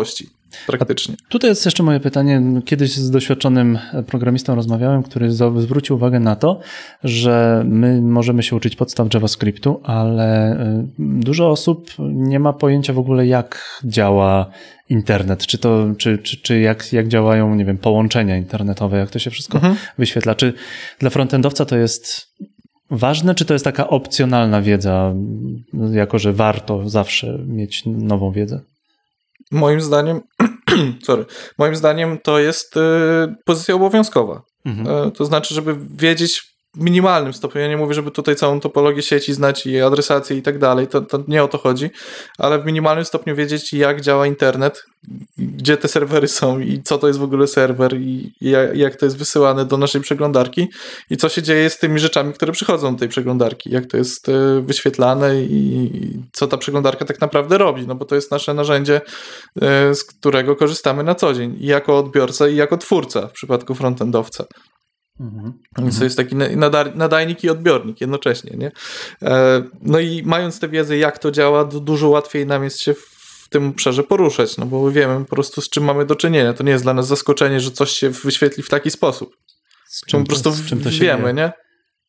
praktycznie. A tutaj jest jeszcze moje pytanie. Kiedyś z doświadczonym programistą rozmawiałem, który zwrócił uwagę na to, że my możemy się uczyć podstaw JavaScriptu, ale dużo osób nie ma pojęcia w ogóle, jak działa internet, czy to, czy, czy, czy jak, jak działają, nie wiem, połączenia internetowe, jak to się wszystko mhm. wyświetla. Czy dla frontendowca to jest ważne, czy to jest taka opcjonalna wiedza, jako że warto zawsze mieć nową wiedzę? Moim zdaniem, sorry, moim zdaniem to jest y, pozycja obowiązkowa. Mhm. Y, to znaczy, żeby wiedzieć w minimalnym stopniu, ja nie mówię, żeby tutaj całą topologię sieci znać i adresację i tak dalej, to, to nie o to chodzi, ale w minimalnym stopniu wiedzieć, jak działa internet, gdzie te serwery są i co to jest w ogóle serwer i jak, jak to jest wysyłane do naszej przeglądarki i co się dzieje z tymi rzeczami, które przychodzą do tej przeglądarki, jak to jest wyświetlane i co ta przeglądarka tak naprawdę robi, no bo to jest nasze narzędzie, z którego korzystamy na co dzień i jako odbiorca i jako twórca w przypadku frontendowca. Mhm. Więc to jest taki nadajnik i odbiornik jednocześnie, nie? No i mając tę wiedzę, jak to działa, dużo łatwiej nam jest się w tym obszarze poruszać, no bo wiemy po prostu, z czym mamy do czynienia. To nie jest dla nas zaskoczenie, że coś się wyświetli w taki sposób. Z czym po prostu z czym to się wiemy, dzieje? Nie?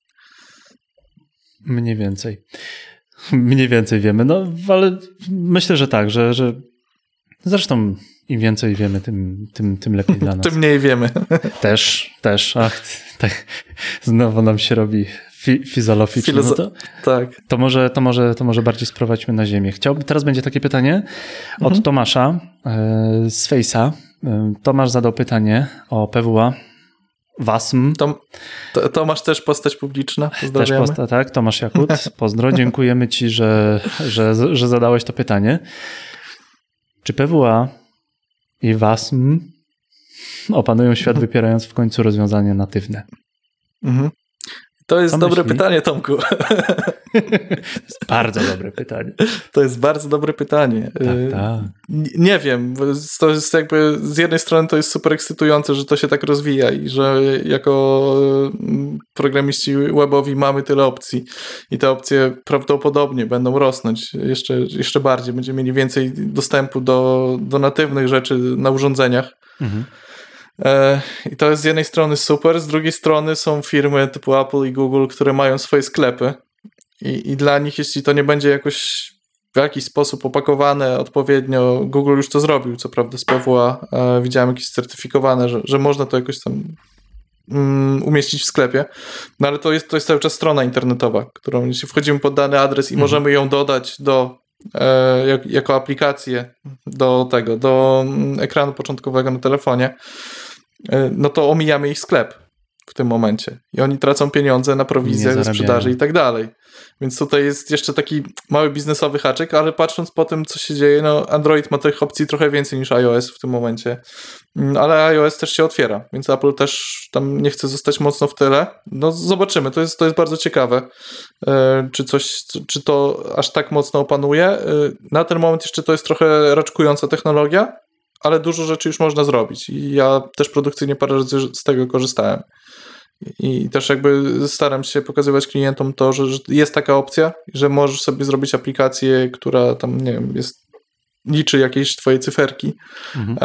Mniej więcej. Mniej więcej wiemy, no ale myślę, że tak, że, że zresztą im więcej wiemy, tym, tym, tym lepiej dla nas. Tym mniej wiemy. Też, też. Ach, tak, znowu nam się robi fi, fizoloficznie. Filozo- no to, tak. To może, to, może, to może bardziej sprowadźmy na ziemię. Chciałbym, teraz będzie takie pytanie od mhm. Tomasza e, z Face'a. E, Tomasz zadał pytanie o P W A. W A S M. Tom, to, Tomasz też postać publiczna. Pozdrawiamy. Też posta, tak, Tomasz Jakut. Pozdro, dziękujemy ci, że, że, że zadałeś to pytanie. Czy P W A i W A S M opanują świat, wypierając w końcu rozwiązania natywne? Mhm. To jest Co dobre myśli? pytanie, Tomku. To jest bardzo dobre pytanie. To jest bardzo dobre pytanie. Tak, tak. Nie wiem, to jest jakby z jednej strony to jest super ekscytujące, że to się tak rozwija i że jako programiści webowi mamy tyle opcji i te opcje prawdopodobnie będą rosnąć jeszcze, jeszcze bardziej. Będziemy mieli więcej dostępu do, do natywnych rzeczy na urządzeniach. Mhm. I to jest z jednej strony super, z drugiej strony są firmy typu Apple i Google, które mają swoje sklepy i, i dla nich, jeśli to nie będzie jakoś w jakiś sposób opakowane odpowiednio, Google już to zrobił, co prawda z P W A, e, widziałem jakieś certyfikowane, że, że można to jakoś tam um, umieścić w sklepie, no ale to jest, to jest cały czas strona internetowa, którą jeśli wchodzimy pod dany adres i mhm. możemy ją dodać do e, jak, jako aplikację do tego, do ekranu początkowego na telefonie, no to omijamy ich sklep w tym momencie i oni tracą pieniądze na prowizję ze sprzedaży i tak dalej. Więc tutaj jest jeszcze taki mały biznesowy haczyk, ale patrząc po tym, co się dzieje, no Android ma tych opcji trochę więcej niż iOS w tym momencie, ale iOS też się otwiera, więc Apple też tam nie chce zostać mocno w tyle. No zobaczymy, to jest, to jest bardzo ciekawe, czy coś, czy to aż tak mocno opanuje. Na ten moment jeszcze to jest trochę raczkująca technologia, ale dużo rzeczy już można zrobić i ja też produkcyjnie parę razy z tego korzystałem i też jakby staram się pokazywać klientom to, że, że jest taka opcja, że możesz sobie zrobić aplikację, która tam, nie wiem, jest, liczy jakieś twoje cyferki, mhm.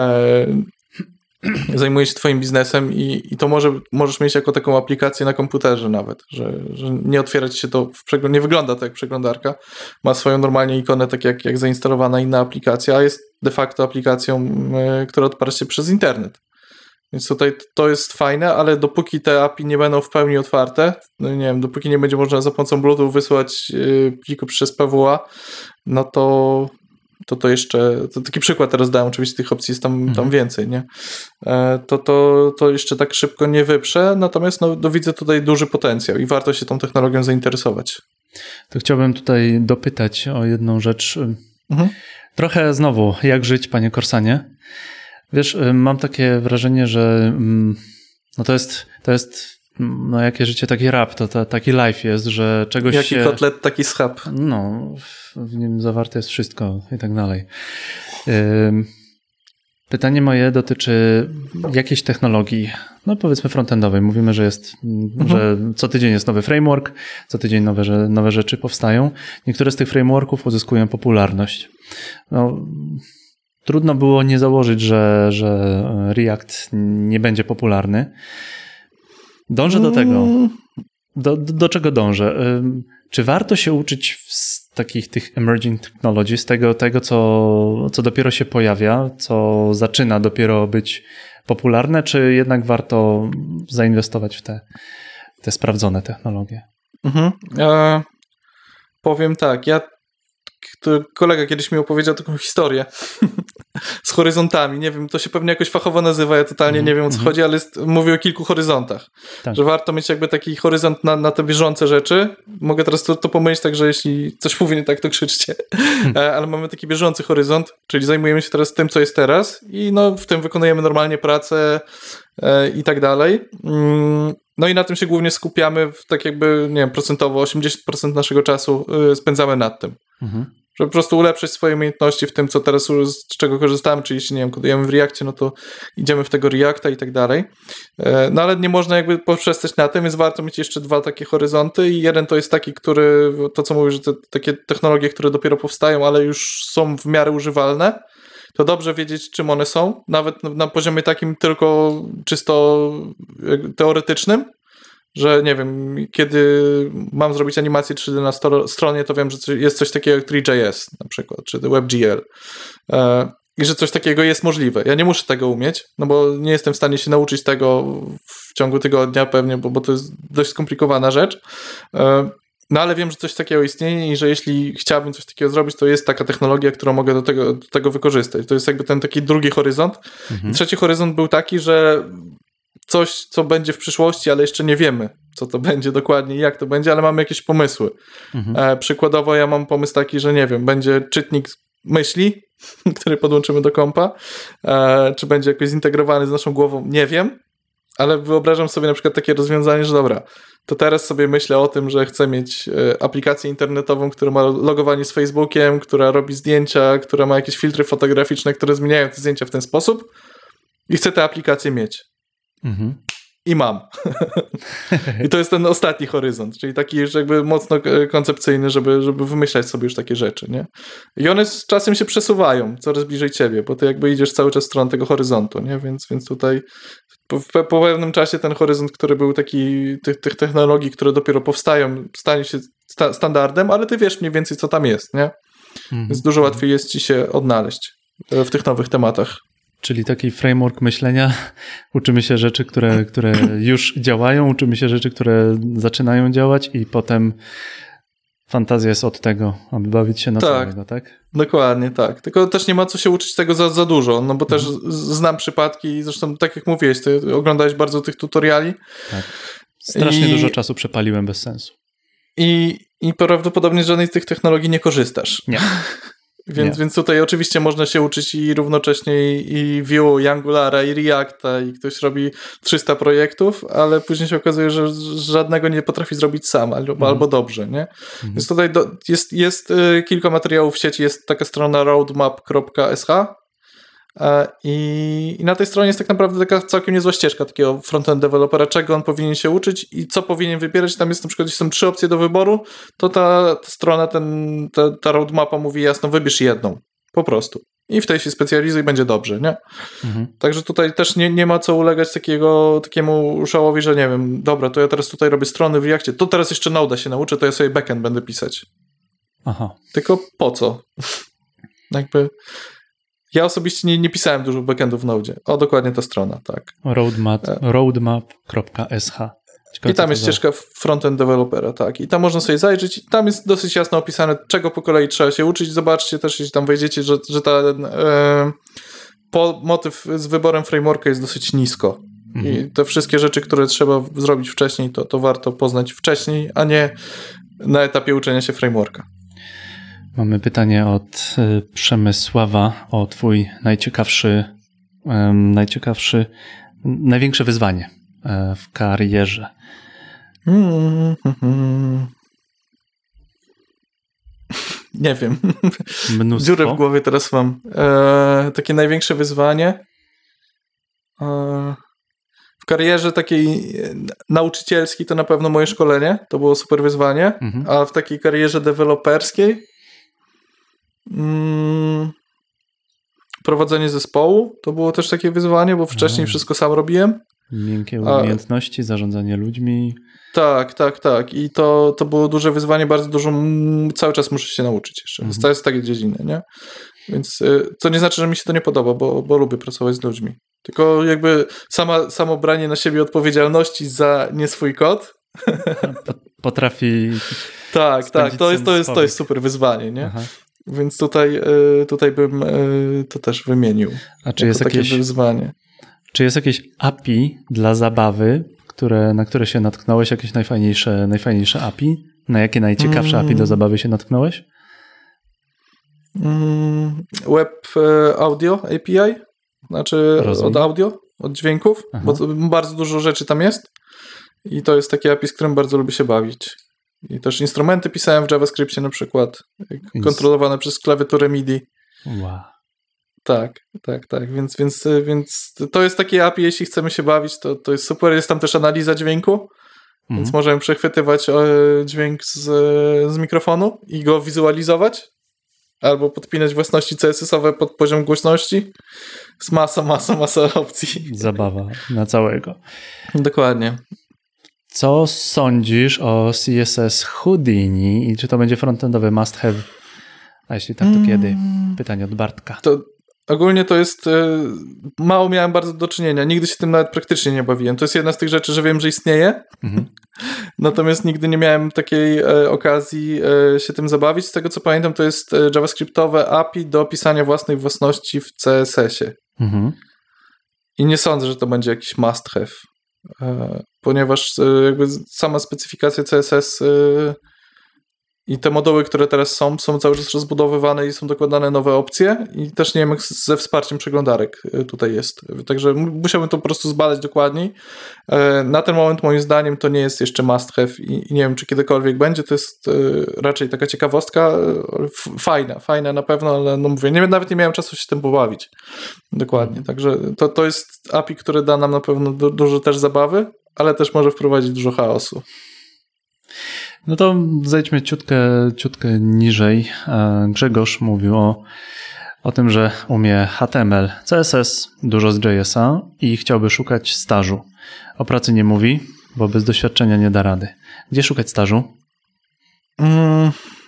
e, zajmuje się twoim biznesem i, i to może, możesz mieć jako taką aplikację na komputerze nawet, że, że nie otwierać się to w przegląd, nie wygląda to jak przeglądarka, ma swoją normalnie ikonę tak jak, jak zainstalowana inna aplikacja, a jest de facto aplikacją, y, która odpala się przez internet. Więc tutaj to jest fajne, ale dopóki te A P I nie będą w pełni otwarte, no nie wiem, dopóki nie będzie można za pomocą Bluetooth wysłać y, pliku przez P W A, no to to to jeszcze, to taki przykład teraz dałem, oczywiście tych opcji jest tam, mhm. tam więcej, nie? E, to, to, to jeszcze tak szybko nie wyprze, natomiast no, no, widzę tutaj duży potencjał i warto się tą technologią zainteresować. To chciałbym tutaj dopytać o jedną rzecz. Mhm. Trochę znowu, jak żyć, panie Korsanie? Wiesz, mam takie wrażenie, że no to jest, to jest no jakie życie, taki rap, to, to taki life jest, że czegoś Jaki się... Jaki kotlet, taki schab. No, w nim zawarte jest wszystko i tak dalej. Pytanie moje dotyczy jakiejś technologii, no powiedzmy frontendowej. Mówimy, że jest, mhm. że co tydzień jest nowy framework, co tydzień nowe, że, nowe rzeczy powstają. Niektóre z tych frameworków uzyskują popularność. No, trudno było nie założyć, że, że React nie będzie popularny. Dążę do tego. Do, do, do czego dążę? Czy warto się uczyć z takich tych emerging technologies, tego, tego co, co dopiero się pojawia, co zaczyna dopiero być popularne, czy jednak warto zainwestować w te, te sprawdzone technologie? Mhm. E, powiem tak, ja to kolega kiedyś mi opowiedział taką historię z horyzontami. Nie wiem, to się pewnie jakoś fachowo nazywa, ja totalnie mm, nie wiem o co mm. chodzi, ale jest, mówię o kilku horyzontach. Tak. Że warto mieć jakby taki horyzont na, na te bieżące rzeczy. Mogę teraz to, to pomylić, tak, że jeśli coś mówię nie tak, to krzyczcie. Hmm. Ale mamy taki bieżący horyzont, czyli zajmujemy się teraz tym, co jest teraz i no, w tym wykonujemy normalnie pracę e, i tak dalej. Mm. No i na tym się głównie skupiamy, w tak jakby, nie wiem, procentowo osiemdziesiąt procent naszego czasu y, spędzamy nad tym. Mhm. Żeby po prostu ulepszyć swoje umiejętności w tym, co teraz, z czego korzystamy, czyli jeśli, nie wiem, kodujemy w Reakcie, no to idziemy w tego Reacta i tak dalej. No ale nie można jakby poprzestać na tym, więc warto mieć jeszcze dwa takie horyzonty i jeden to jest taki, który, to co mówisz, że te takie technologie, które dopiero powstają, ale już są w miarę używalne, to dobrze wiedzieć, czym one są, nawet na poziomie takim tylko czysto teoretycznym, że nie wiem, kiedy mam zrobić animację trzy D na sto- stronie, to wiem, że jest coś takiego jak trzy J S na przykład, czy WebGL e, i że coś takiego jest możliwe. Ja nie muszę tego umieć, no bo nie jestem w stanie się nauczyć tego w ciągu tygodnia pewnie, bo, bo to jest dość skomplikowana rzecz. E, No ale wiem, że coś takiego istnieje i że jeśli chciałbym coś takiego zrobić, to jest taka technologia, którą mogę do tego, do tego wykorzystać. To jest jakby ten taki drugi horyzont. Mhm. Trzeci horyzont był taki, że coś, co będzie w przyszłości, ale jeszcze nie wiemy, co to będzie dokładnie i jak to będzie, ale mamy jakieś pomysły. Mhm. E, przykładowo ja mam pomysł taki, że nie wiem, będzie czytnik myśli, który podłączymy do kompa, e, czy będzie jakoś zintegrowany z naszą głową, nie wiem, ale wyobrażam sobie na przykład takie rozwiązanie, że dobra, to teraz sobie myślę o tym, że chcę mieć aplikację internetową, która ma logowanie z Facebookiem, która robi zdjęcia, która ma jakieś filtry fotograficzne, które zmieniają te zdjęcia w ten sposób i chcę tę aplikację mieć. Mhm. I mam. I to jest ten ostatni horyzont, czyli taki już jakby mocno koncepcyjny, żeby, żeby wymyślać sobie już takie rzeczy, nie? I one z czasem się przesuwają coraz bliżej ciebie, bo ty jakby idziesz cały czas w stronę tego horyzontu, nie? Więc, więc tutaj po, po pewnym czasie ten horyzont, który był taki, tych, tych technologii, które dopiero powstają, stanie się sta- standardem, ale ty wiesz mniej więcej, co tam jest, nie? Mhm. Więc dużo łatwiej jest ci się odnaleźć w tych nowych tematach. Czyli taki framework myślenia, uczymy się rzeczy, które, które już działają, uczymy się rzeczy, które zaczynają działać i potem fantazja jest od tego, aby bawić się na tak, całego, tak? Dokładnie, tak. Tylko też nie ma co się uczyć tego za, za dużo, no bo też mhm. znam przypadki, zresztą tak jak mówiłeś, ty oglądałeś bardzo tych tutoriali. Tak. Strasznie I... dużo czasu przepaliłem bez sensu. I, I prawdopodobnie z żadnej z tych technologii nie korzystasz. Nie. Więc, więc tutaj oczywiście można się uczyć i równocześnie i Vue, i Angulara, i Reacta, i ktoś robi trzysta projektów, ale później się okazuje, że żadnego nie potrafi zrobić sam, albo, mm. albo dobrze, nie? Mm. Więc tutaj do, jest, jest y, kilka materiałów w sieci, jest taka strona roadmap kropka s h i, i na tej stronie jest tak naprawdę taka całkiem niezła ścieżka takiego frontend dewelopera, czego on powinien się uczyć i co powinien wybierać. Tam jest na przykład, jeśli są trzy opcje do wyboru, to ta, ta strona, ten, ta, ta roadmapa mówi jasno, wybierz jedną, po prostu. I w tej się specjalizuj, będzie dobrze, nie? Mhm. Także tutaj też nie, nie ma co ulegać takiego, takiemu szałowi, że nie wiem, dobra, to ja teraz tutaj robię strony w Reakcie, to teraz jeszcze Node'a się nauczę, to ja sobie backend będę pisać. Aha. Tylko po co? Jakby... Ja osobiście nie, nie pisałem dużo backendów w Node. O, dokładnie ta strona, tak. Roadmap, roadmap kropka s h. I tam jest ścieżka frontend dewelopera, tak. I tam można sobie zajrzeć. Tam jest dosyć jasno opisane, czego po kolei trzeba się uczyć. Zobaczcie też, jeśli tam wejdziecie, że, że ten e, po, motyw z wyborem frameworka jest dosyć nisko. Mhm. I te wszystkie rzeczy, które trzeba zrobić wcześniej, to, to warto poznać wcześniej, a nie na etapie uczenia się frameworka. Mamy pytanie od Przemysława o twój najciekawszy, um, najciekawszy, największe wyzwanie w karierze. Mm, mm, mm. Nie wiem. Mnóstwo. Dziurę w głowie teraz mam. E, takie największe wyzwanie. E, w karierze takiej nauczycielskiej to na pewno moje szkolenie. To było super wyzwanie. Mhm. A w takiej karierze deweloperskiej Hmm. prowadzenie zespołu to było też takie wyzwanie, bo wcześniej Aha. wszystko sam robiłem. Miękkie A- umiejętności, zarządzanie ludźmi. Tak, tak, tak. I to, to było duże wyzwanie, bardzo dużo, mm, cały czas muszę się nauczyć jeszcze. Mhm. To jest takie dziedziny, nie? Więc y, to nie znaczy, że mi się to nie podoba, bo, bo lubię pracować z ludźmi. Tylko jakby sama, samo branie na siebie odpowiedzialności za nie swój kod. Po- Potrafi... Tak, tak, Spędzić to jest, to sen jest, to słowik. jest super wyzwanie, nie? Aha. Więc tutaj, y, tutaj bym y, to też wymienił. A czy jako jest, takie jakieś, wyzwanie. czy jest jakieś A P I dla zabawy, które, na które się natknąłeś? Jakieś najfajniejsze, najfajniejsze A P I? Na jakie najciekawsze Mm. A P I do zabawy się natknąłeś? Mm, Web e, Audio A P I, znaczy Rozwój. od audio, od dźwięków, Aha. bo to bardzo dużo rzeczy tam jest i to jest takie A P I, z którym bardzo lubię się bawić. I też instrumenty pisałem w JavaScriptie na przykład, Ins- kontrolowane przez klawiaturę M I D I. Wow. Tak, tak, tak, więc, więc, e, więc to jest takie A P I, jeśli chcemy się bawić, to, to jest super. Jest tam też analiza dźwięku, Mhm. więc możemy przechwytywać e, dźwięk z, z mikrofonu i go wizualizować. Albo podpinać własności C S S-owe pod poziom głośności. Jest masa, masa, masa opcji. Zabawa na całego. Dokładnie. Co sądzisz o C S S Houdini i czy to będzie frontendowy must have? A jeśli tak, to Mm. kiedy? Pytanie od Bartka. To ogólnie to jest... e, Mało miałem bardzo do czynienia. Nigdy się tym nawet praktycznie nie bawiłem. To jest jedna z tych rzeczy, że wiem, że istnieje. Mhm. Natomiast nigdy nie miałem takiej e, okazji e, się tym zabawić. Z tego co pamiętam, to jest e, JavaScriptowe A P I do pisania własnych własności w C S S-ie. Mhm. I nie sądzę, że to będzie jakiś must have. E, ponieważ e, jakby sama specyfikacja C S S e, i te moduły, które teraz są, są cały czas rozbudowywane i są dokładane nowe opcje i też nie wiem, jak ze wsparciem przeglądarek e, tutaj jest. Także m- musiałbym to po prostu zbadać dokładniej. E, na ten moment moim zdaniem to nie jest jeszcze must have i, i nie wiem, czy kiedykolwiek będzie. To jest e, raczej taka ciekawostka. e, f- Fajna, fajna na pewno, ale no mówię, nie, nawet nie miałem czasu się tym pobawić. Dokładnie. Także to, to jest A P I, które da nam na pewno du- dużo też zabawy, ale też może wprowadzić dużo chaosu. No to zejdźmy ciutkę, ciutkę niżej. E, Grzegorz mówił o, o tym, że umie H T M L, C S S, dużo z J S a i chciałby szukać stażu. O pracy nie mówi, bo bez doświadczenia nie da rady. Gdzie szukać stażu? Mm,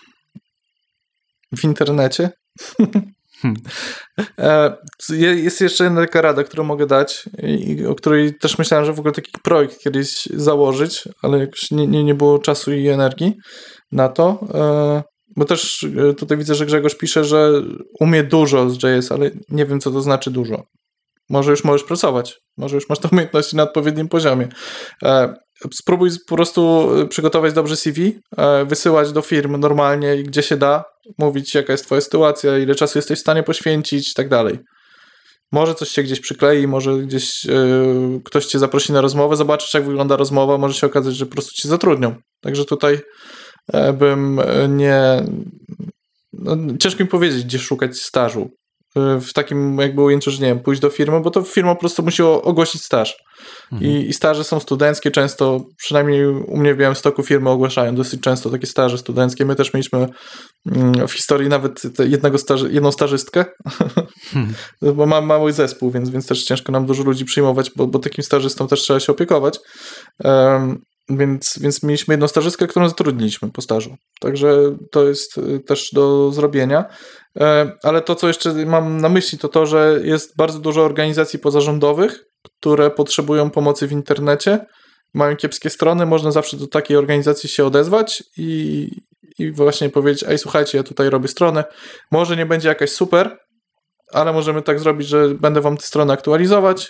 w internecie. Hmm. E, je- Jest jeszcze jedna taka rada, którą mogę dać i o której też myślałem, że w ogóle taki projekt kiedyś założyć, ale jakoś nie, nie, nie było czasu i energii na to. E, Bo też e, tutaj widzę, że Grzegorz pisze, że umie dużo z J S, ale nie wiem, co to znaczy dużo. Może już możesz pracować, może już masz te umiejętności na odpowiednim poziomie. E, Spróbuj po prostu przygotować dobrze C V, e, wysyłać do firm normalnie, gdzie się da, mówić jaka jest twoja sytuacja, ile czasu jesteś w stanie poświęcić i tak dalej. Może coś się gdzieś przyklei, może gdzieś e, ktoś cię zaprosi na rozmowę, zobaczysz jak wygląda rozmowa, może się okazać, że po prostu cię zatrudnią. Także tutaj e, bym nie... No, ciężko mi powiedzieć, gdzie szukać stażu. E, W takim jakby ujęciu, że nie wiem, pójść do firmy, bo to firma po prostu musi o- ogłosić staż. Mhm. I, I staże są studenckie, często, przynajmniej u mnie w Białymstoku firmy ogłaszają dosyć często takie staże studenckie. My też mieliśmy mm, w historii nawet te jednego staży, jedną stażystkę, Hmm. bo mam mały zespół, więc, więc też ciężko nam dużo ludzi przyjmować, bo, bo takim stażystą też trzeba się opiekować. Um, więc, więc mieliśmy jedną stażystkę, którą zatrudniliśmy po stażu. Także to jest y, też do zrobienia. E, ale to, co jeszcze mam na myśli, to to, że jest bardzo dużo organizacji pozarządowych, które potrzebują pomocy w internecie, mają kiepskie strony, można zawsze do takiej organizacji się odezwać i, i właśnie powiedzieć, ej, słuchajcie, ja tutaj robię stronę, może nie będzie jakaś super, ale możemy tak zrobić, że będę wam tę stronę aktualizować,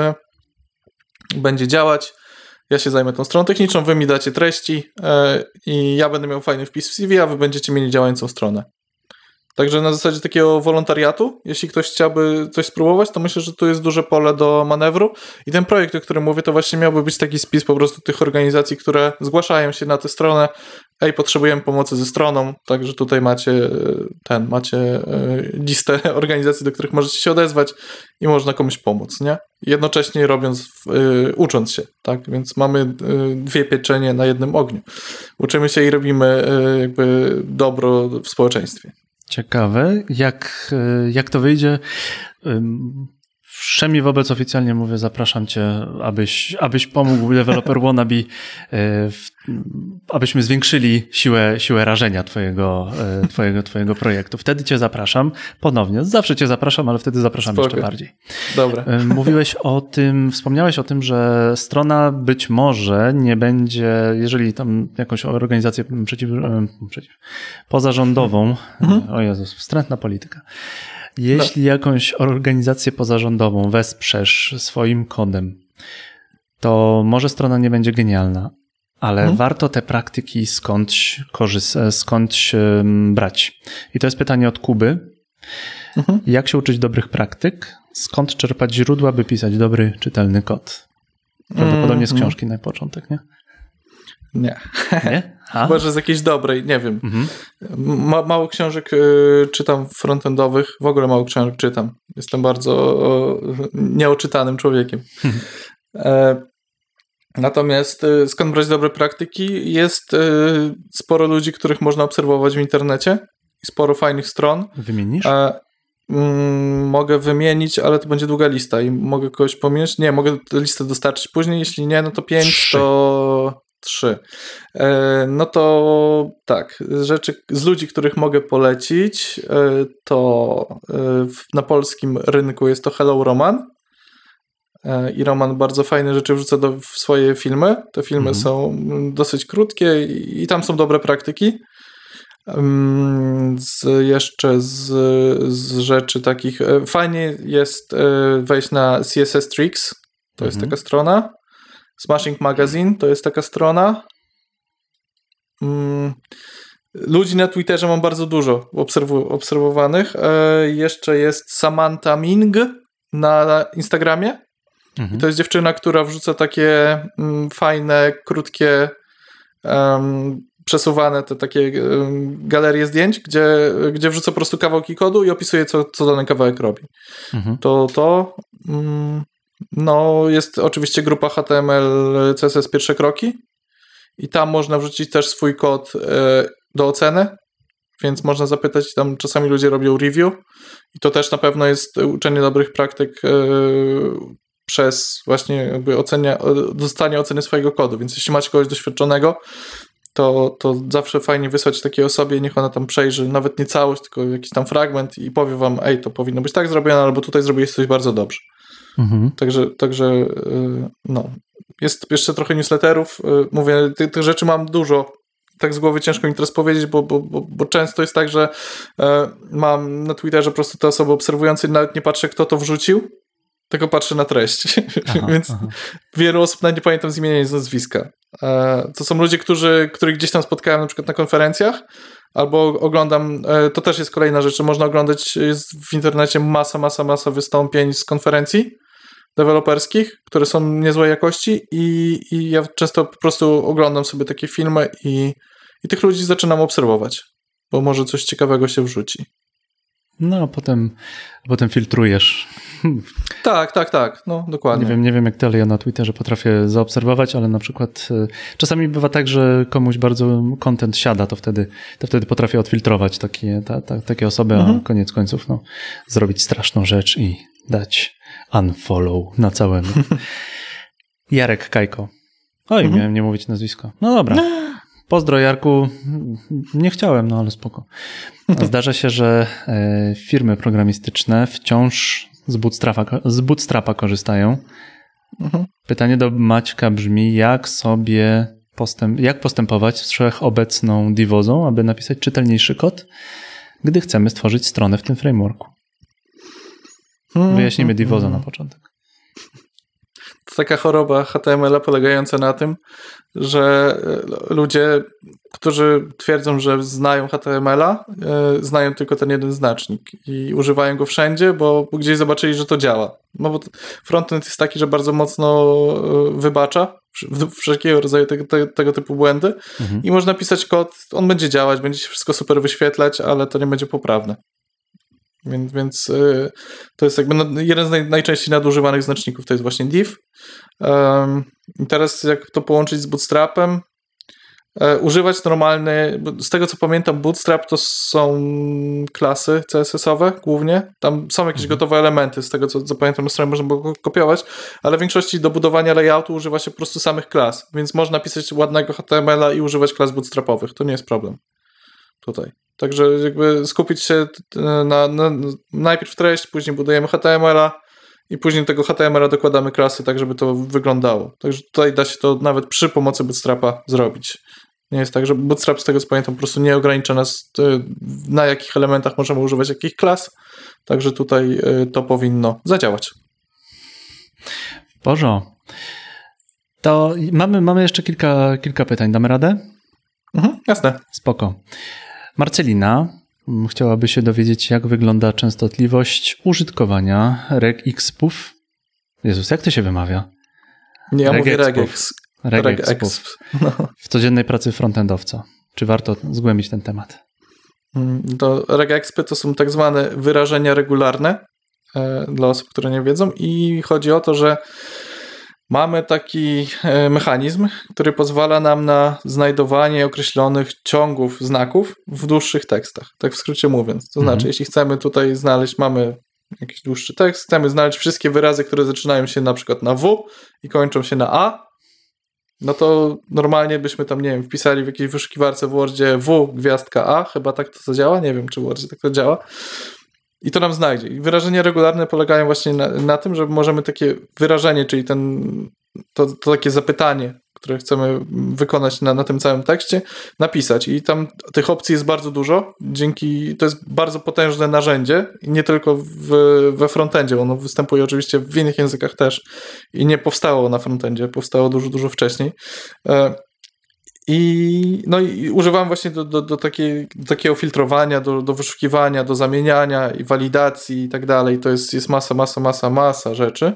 yy, będzie działać, ja się zajmę tą stroną techniczną, wy mi dacie treści yy, i ja będę miał fajny wpis w C V, a wy będziecie mieli działającą stronę. Także na zasadzie takiego wolontariatu, jeśli ktoś chciałby coś spróbować, to myślę, że tu jest duże pole do manewru i ten projekt, o którym mówię, to właśnie miałby być taki spis po prostu tych organizacji, które zgłaszają się na tę stronę, ej, potrzebujemy pomocy ze stroną, także tutaj macie ten, macie listę organizacji, do których możecie się odezwać i można komuś pomóc, nie? Jednocześnie robiąc, ucząc się, tak? Więc mamy dwie pieczenie na jednym ogniu. Uczymy się i robimy jakby dobro w społeczeństwie. Ciekawe, jak, jak to wyjdzie. Wszemi wobec oficjalnie mówię, zapraszam cię, abyś, abyś pomógł Developer Wannabe, w, abyśmy zwiększyli siłę, siłę rażenia twojego, twojego, twojego projektu. Wtedy cię zapraszam ponownie. Zawsze cię zapraszam, ale wtedy zapraszam Spoko. jeszcze bardziej. Dobra. Mówiłeś o tym, wspomniałeś o tym, że strona być może nie będzie, jeżeli tam jakąś organizację przeciw, przeciw, pozarządową, mhm. o Jezus, wstrętna polityka, jeśli no. jakąś organizację pozarządową wesprzesz swoim kodem, to może strona nie będzie genialna, ale hmm. warto te praktyki skądś, korzys- skądś um, brać. I to jest pytanie od Kuby. Hmm. Jak się uczyć dobrych praktyk? Skąd czerpać źródła, by pisać dobry, czytelny kod? Prawdopodobnie z książki na początek, nie? Nie. Nie? Chyba, że z jakiejś dobrej, nie wiem. Mhm. Ma, mało książek y, czytam frontendowych, w ogóle mało książek czytam. Jestem bardzo o, nieoczytanym człowiekiem. Mhm. E, natomiast y, skąd brać dobre praktyki? Jest y, sporo ludzi, których można obserwować w internecie i sporo fajnych stron. Wymienisz? E, mm, mogę wymienić, ale to będzie długa lista i mogę kogoś pominąć. Nie, mogę tę listę dostarczyć później. Jeśli nie, no to pięć, Trzy. to... Trzy. No to tak, rzeczy z ludzi, których mogę polecić, to na polskim rynku jest to Hello Roman i Roman bardzo fajne rzeczy wrzuca do, w swoje filmy. Te filmy mhm. są dosyć krótkie i tam są dobre praktyki. Z, jeszcze z, z rzeczy takich, fajnie jest wejść na C S S Tricks, to mhm. jest taka strona. Smashing Magazine to jest taka strona. Hmm. Ludzi na Twitterze mam bardzo dużo obserwu- obserwowanych. E, jeszcze jest Samantha Ming na Instagramie. Mhm. To jest dziewczyna, która wrzuca takie mm, fajne, krótkie, um, przesuwane te takie um, galerie zdjęć, gdzie, gdzie wrzuca po prostu kawałki kodu i opisuje, co, co dany kawałek robi. Mhm. To to... Mm, No, jest oczywiście grupa H T M L, C S S pierwsze kroki i tam można wrzucić też swój kod e, do oceny, więc można zapytać, tam czasami ludzie robią review i to też na pewno jest uczenie dobrych praktyk e, przez właśnie jakby ocenia, dostanie oceny swojego kodu, więc jeśli macie kogoś doświadczonego, to, to zawsze fajnie wysłać takiej osobie, niech ona tam przejrzy nawet nie całość, tylko jakiś tam fragment i powie wam, ej, to powinno być tak zrobione, albo tutaj zrobiłeś coś bardzo dobrze. Mhm. Także, także no, jest jeszcze trochę newsletterów. Mówię, tych, tych rzeczy mam dużo. Tak z głowy ciężko mi teraz powiedzieć, bo, bo, bo, bo często jest tak, że e, mam na Twitterze po prostu te osoby obserwujące i nawet nie patrzę, kto to wrzucił, tylko patrzę na treść. Aha, Więc aha. wielu osób nawet nie pamiętam z imienia i z nazwiska. E, to są ludzie, którzy, których gdzieś tam spotkałem na przykład na konferencjach, albo oglądam, e, to też jest kolejna rzecz, można oglądać, jest w internecie masa, masa, masa wystąpień z konferencji deweloperskich, które są niezłej jakości i, i ja często po prostu oglądam sobie takie filmy i, i tych ludzi zaczynam obserwować, bo może coś ciekawego się wrzuci. No, a potem, a potem filtrujesz. Tak, tak, tak, no dokładnie. Nie wiem, nie wiem jak ty, ale ja na Twitterze potrafię zaobserwować, ale na przykład y, czasami bywa tak, że komuś bardzo content siada, to wtedy, to wtedy potrafię odfiltrować takie, ta, ta, takie osoby, mhm. a koniec końców no, zrobić straszną rzecz i dać unfollow na całemu. Jarek Kajko. Oj, mhm. miałem nie mówić nazwisko. No dobra. Pozdro Jarku. Nie chciałem, no ale spoko. Zdarza się, że e, firmy programistyczne wciąż z Bootstrapa, z Bootstrapa korzystają. Mhm. Pytanie do Maćka brzmi, jak sobie postęp, jak postępować z wszechobecną Divozą, aby napisać czytelniejszy kod, gdy chcemy stworzyć stronę w tym frameworku. Wyjaśnimy Divoza na początek. To taka choroba H T M L a polegająca na tym, że ludzie, którzy twierdzą, że znają H T M L a, znają tylko ten jeden znacznik i używają go wszędzie, bo gdzieś zobaczyli, że to działa. No bo frontend jest taki, że bardzo mocno wybacza wszelkiego rodzaju te, te, tego typu błędy mhm. i można pisać kod, on będzie działać, będzie się wszystko super wyświetlać, ale to nie będzie poprawne. Więc, więc yy, to jest jakby no, jeden z naj, najczęściej nadużywanych znaczników, to jest właśnie div. Um, I teraz jak to połączyć z Bootstrapem, e, używać normalny, z tego co pamiętam, Bootstrap to są klasy C S S-owe głównie. Tam są jakieś mhm. gotowe elementy, z tego co, co pamiętam, na stronie można było kopiować, ale w większości do budowania layoutu używa się po prostu samych klas, więc można pisać ładnego H T M L a i używać klas bootstrapowych. To nie jest problem tutaj. Także jakby skupić się na, na najpierw treść, później budujemy H T M L a i później do tego H T M L a dokładamy klasy tak, żeby to wyglądało. Także tutaj da się to nawet przy pomocy Bootstrapa zrobić. Nie jest tak, że Bootstrap, z tego co pamiętam, po prostu nie ogranicza nas, na jakich elementach możemy używać jakich klas. Także tutaj to powinno zadziałać. W porządku. To mamy, mamy jeszcze kilka, kilka pytań. Damy radę? Mhm, jasne. Spoko. Marcelina chciałaby się dowiedzieć, jak wygląda częstotliwość użytkowania regexpów. Jezus, jak to się wymawia? Nie, ja mówię regex. Regexpów. No. W codziennej pracy frontendowca. Czy warto zgłębić ten temat? To regexpy to są tak zwane wyrażenia regularne e, dla osób, które nie wiedzą i chodzi o to, że mamy taki mechanizm, który pozwala nam na znajdowanie określonych ciągów znaków w dłuższych tekstach, tak w skrócie mówiąc. To znaczy, mhm. jeśli chcemy tutaj znaleźć, mamy jakiś dłuższy tekst, chcemy znaleźć wszystkie wyrazy, które zaczynają się na przykład na W i kończą się na A, no to normalnie byśmy tam, nie wiem, wpisali w jakiejś wyszukiwarce w Wordzie W gwiazdka A, chyba tak to zadziała, nie wiem, czy w Wordzie tak to działa. I to nam znajdzie. I wyrażenia regularne polegają właśnie na, na tym, że możemy takie wyrażenie, czyli ten, to, to takie zapytanie, które chcemy wykonać na, na tym całym tekście, napisać. I tam tych opcji jest bardzo dużo. Dzięki, to jest bardzo potężne narzędzie i nie tylko w, we frontendzie. Ono występuje oczywiście w innych językach też i nie powstało na frontendzie, powstało dużo, dużo wcześniej. I, no i używam właśnie do, do, do, takiej, do takiego filtrowania, do, do wyszukiwania, do zamieniania i walidacji i tak dalej. To jest, jest masa, masa, masa, masa rzeczy.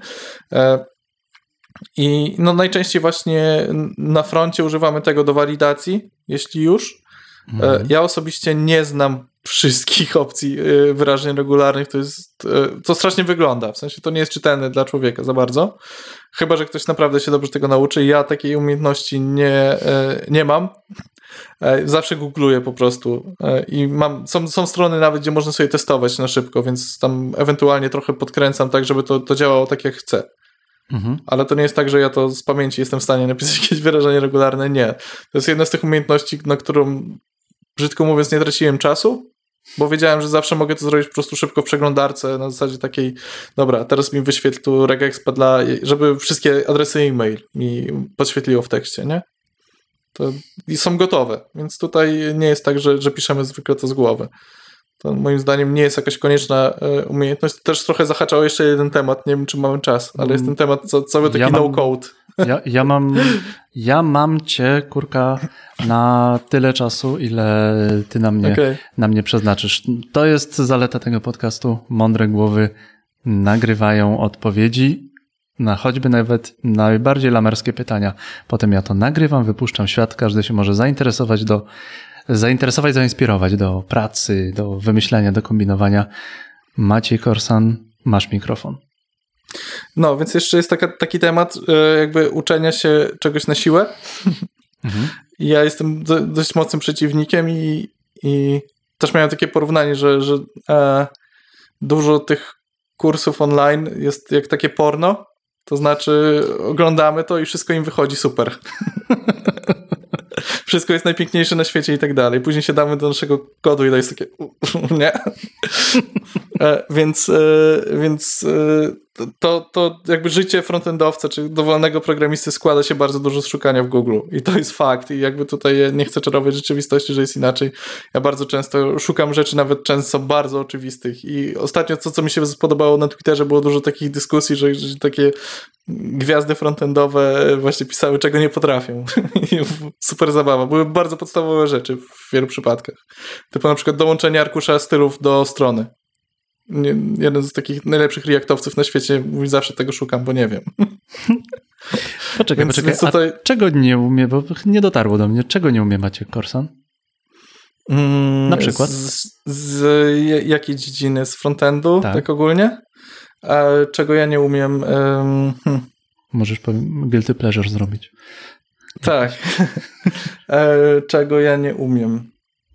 I no najczęściej właśnie na froncie używamy tego do walidacji, jeśli już. Mhm. Ja osobiście nie znam wszystkich opcji wyrażeń regularnych, to jest, to strasznie wygląda, w sensie to nie jest czytelne dla człowieka za bardzo, chyba że ktoś naprawdę się dobrze tego nauczy. Ja takiej umiejętności nie, nie mam. Zawsze googluję po prostu i mam, są, są strony nawet, gdzie można sobie testować na szybko, więc tam ewentualnie trochę podkręcam tak, żeby to, to działało tak jak chcę. Mhm. Ale to nie jest tak, że ja to z pamięci jestem w stanie napisać jakieś wyrażenie regularne, nie. To jest jedna z tych umiejętności, na którą, brzydko mówiąc, nie traciłem czasu, bo wiedziałem, że zawsze mogę to zrobić po prostu szybko w przeglądarce, na zasadzie takiej, dobra, teraz mi wyświetl tu regexpa dla, żeby wszystkie adresy e-mail mi podświetliło w tekście, nie? To i są gotowe, więc tutaj nie jest tak, że, że piszemy zwykle to z głowy. To moim zdaniem nie jest jakaś konieczna umiejętność. Też trochę zahaczał jeszcze jeden temat, nie wiem, czy mamy czas, ale jest ten temat cały taki ja no-code. Ja, ja, mam, ja mam cię, kurka, na tyle czasu, ile ty na mnie, okay. na mnie przeznaczysz. To jest zaleta tego podcastu. Mądre głowy nagrywają odpowiedzi na choćby nawet najbardziej lamerskie pytania. Potem ja to nagrywam, wypuszczam w świat, każdy się może zainteresować do zainteresować, zainspirować do pracy, do wymyślania, do kombinowania. Maciej Korsan, masz mikrofon. No, więc jeszcze jest taka, taki temat jakby uczenia się czegoś na siłę. Mhm. Ja jestem do, dość mocnym przeciwnikiem i, i też miałem takie porównanie, że, że e, dużo tych kursów online jest jak takie porno, to znaczy oglądamy to i wszystko im wychodzi super. Wszystko jest najpiękniejsze na świecie i tak dalej. Później siadamy do naszego kodu i to jest takie nie. e, więc e, więc e, to, to jakby życie frontendowca czy dowolnego programisty składa się bardzo dużo z szukania w Google i to jest fakt i jakby tutaj nie chcę czarować rzeczywistości, że jest inaczej. Ja bardzo często szukam rzeczy nawet często bardzo oczywistych i ostatnio to, co mi się spodobało na Twitterze, było dużo takich dyskusji, że, że takie gwiazdy frontendowe właśnie pisały, czego nie potrafią. Super zabawa. Były bardzo podstawowe rzeczy w wielu przypadkach. Typu na przykład dołączenie arkusza stylów do strony. Nie, jeden z takich najlepszych reaktowców na świecie mówi, zawsze tego szukam, bo nie wiem. Poczekaj, więc, poczekaj. Więc tutaj... A czego nie umie, bo nie dotarło do mnie. Czego nie umie Maciek Korsan? Mm, na przykład? Z, z jakiej dziedziny? Z frontendu? Tak, tak ogólnie? A czego ja nie umiem? Um, hmm. Możesz guilty pleasure zrobić. Tak. e, czego ja nie umiem.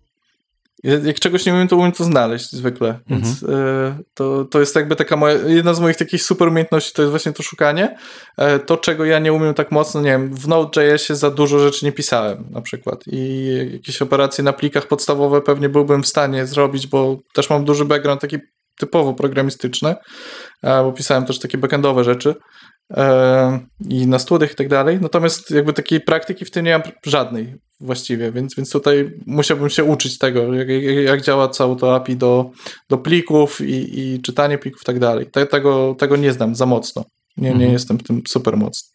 Jak czegoś nie umiem, to umiem to znaleźć zwykle. Więc mhm. e, to, to jest jakby taka moja, jedna z moich takich super umiejętności, to jest właśnie to szukanie. E, to, czego ja nie umiem tak mocno, nie wiem, w Node.jsie za dużo rzeczy nie pisałem na przykład i jakieś operacje na plikach podstawowe pewnie byłbym w stanie zrobić, bo też mam duży background taki typowo programistyczny, e, bo pisałem też takie backendowe rzeczy e, i na studiach i tak dalej. Natomiast jakby takiej praktyki w tym nie mam żadnej właściwie, więc, więc tutaj musiałbym się uczyć tego, jak, jak działa całe to A P I do, do plików i, i czytanie plików i tak dalej. Te, tego, tego nie znam za mocno. Nie, nie mhm. jestem w tym super mocny.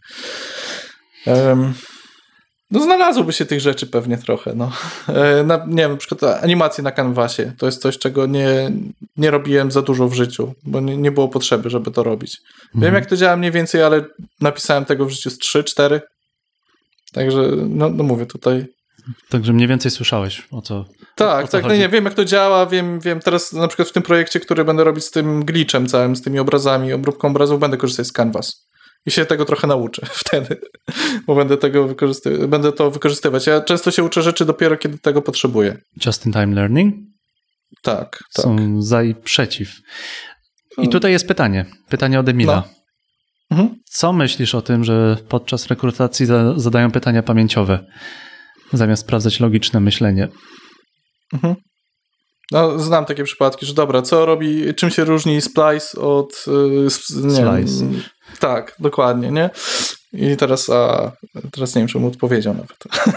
Um, no znalazłoby się tych rzeczy pewnie trochę. No. E, na, nie wiem, na przykład animacje na kanwasie. To jest coś, czego nie, nie robiłem za dużo w życiu, bo nie, nie było potrzeby, żeby to robić. Mhm. Wiem, jak to działa mniej więcej, ale napisałem tego w życiu z trzy cztery. Także, no, no mówię tutaj. Także mniej więcej słyszałeś o co Tak, o co tak, chodzi. no nie, wiem jak to działa, wiem, wiem teraz na przykład w tym projekcie, który będę robić z tym glitchem całym, z tymi obrazami, obróbką obrazów, będę korzystać z Canvas. I się tego trochę nauczę wtedy, bo będę tego wykorzysty- będę to wykorzystywać. Ja często się uczę rzeczy dopiero, kiedy tego potrzebuję. Just-in-time learning? Tak, tak. Są za i przeciw. I tutaj jest pytanie. Pytanie od Emila. No. Mhm. Co myślisz o tym, że podczas rekrutacji zadają pytania pamięciowe, zamiast sprawdzać logiczne myślenie? Mhm. No, znam takie przypadki, że dobra, co robi, czym się różni splice od yy, nie slice. Wiem, tak, dokładnie, nie? I teraz, a teraz nie wiem, czy mu odpowiedział nawet.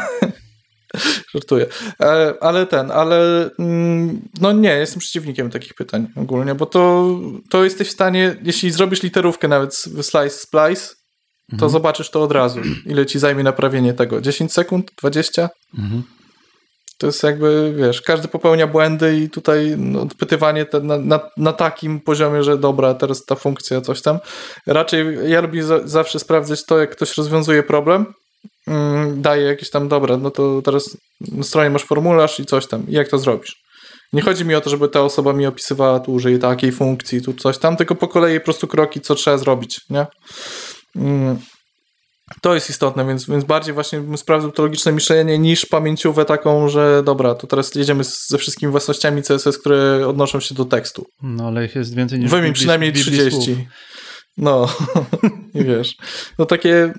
Żartuję. E, ale ten, ale mm, no nie, jestem przeciwnikiem takich pytań ogólnie, bo to, to jesteś w stanie, jeśli zrobisz literówkę nawet w slice, splice, to mhm. zobaczysz to od razu. Ile ci zajmie naprawienie tego? dziesięć sekund? dwadzieścia? Mhm. To jest jakby, wiesz, każdy popełnia błędy i tutaj no, odpytywanie te, na, na, na takim poziomie, że dobra, teraz ta funkcja, coś tam. Raczej ja lubię za, zawsze sprawdzać to, jak ktoś rozwiązuje problem, mm, daje jakieś tam, dobra, no to teraz na stronie masz formularz i coś tam. I jak to zrobisz? Nie chodzi mi o to, żeby ta osoba mi opisywała, tu użyję takiej funkcji, tu coś tam, tylko po kolei po prostu kroki, co trzeba zrobić, nie? Mm. To jest istotne, więc, więc bardziej właśnie bym sprawdził to logiczne myślenie niż pamięciówę taką, że dobra, to teraz jedziemy ze wszystkimi własnościami C S S, które odnoszą się do tekstu. No ale ich jest więcej niż Wymień przynajmniej trzydzieści. Słów. No i wiesz, no takie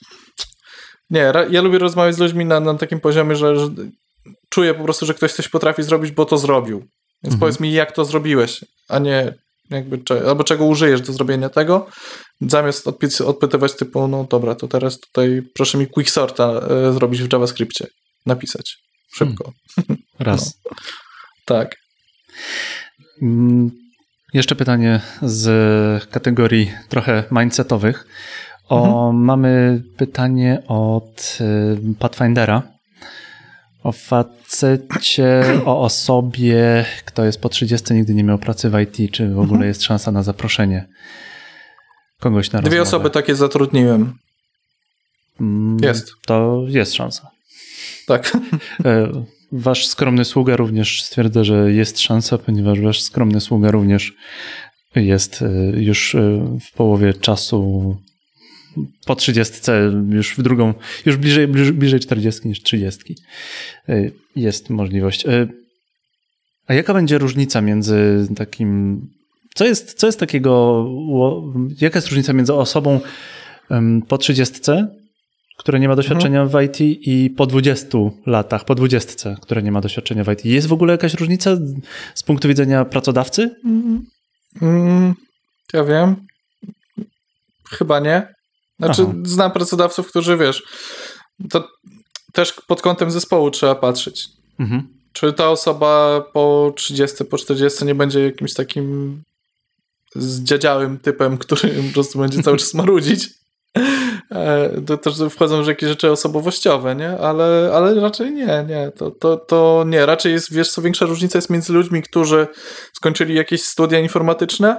nie, ja lubię rozmawiać z ludźmi na, na takim poziomie, że, że czuję po prostu, że ktoś coś potrafi zrobić, bo to zrobił. Więc mhm. powiedz mi, jak to zrobiłeś, a nie jakby, albo czego użyjesz do zrobienia tego, zamiast odpy- odpytywać typu, no dobra, to teraz tutaj proszę mi quicksorta e, zrobić w JavaScriptie, napisać szybko. Hmm. Raz. No. Tak. Mm, jeszcze pytanie z kategorii trochę mindsetowych. O, mhm. Mamy pytanie od y, Pathfindera. O facecie, o osobie, kto jest po trzydziestce, nigdy nie miał pracy w I T, czy w ogóle mhm. jest szansa na zaproszenie kogoś na rozmowę. Dwie osoby takie zatrudniłem. Jest. To jest szansa. Tak. Wasz skromny sługa również stwierdza, że jest szansa, ponieważ wasz skromny sługa również jest już w połowie czasu po trzydziestce, już w drugą, już bliżej, bliżej czterdziestki niż trzydziestki jest możliwość. A jaka będzie różnica między takim, co jest, co jest takiego, jaka jest różnica między osobą po trzydziestce, która nie ma doświadczenia mhm. w I T i po dwudziestu latach, po dwudziestce, która nie ma doświadczenia w I T? Jest w ogóle jakaś różnica z punktu widzenia pracodawcy? Mm, ja wiem. Chyba nie. Znaczy, Aha. znam pracodawców, którzy, wiesz, to też pod kątem zespołu trzeba patrzeć. Mhm. Czy ta osoba po trzydziestce, po czterdziestce nie będzie jakimś takim zdziadziałym typem, który po prostu będzie cały czas marudzić. To też wchodzą już jakieś rzeczy osobowościowe, nie? Ale, ale raczej nie, nie. To, to, to nie. Raczej jest, wiesz co, większa różnica jest między ludźmi, którzy skończyli jakieś studia informatyczne,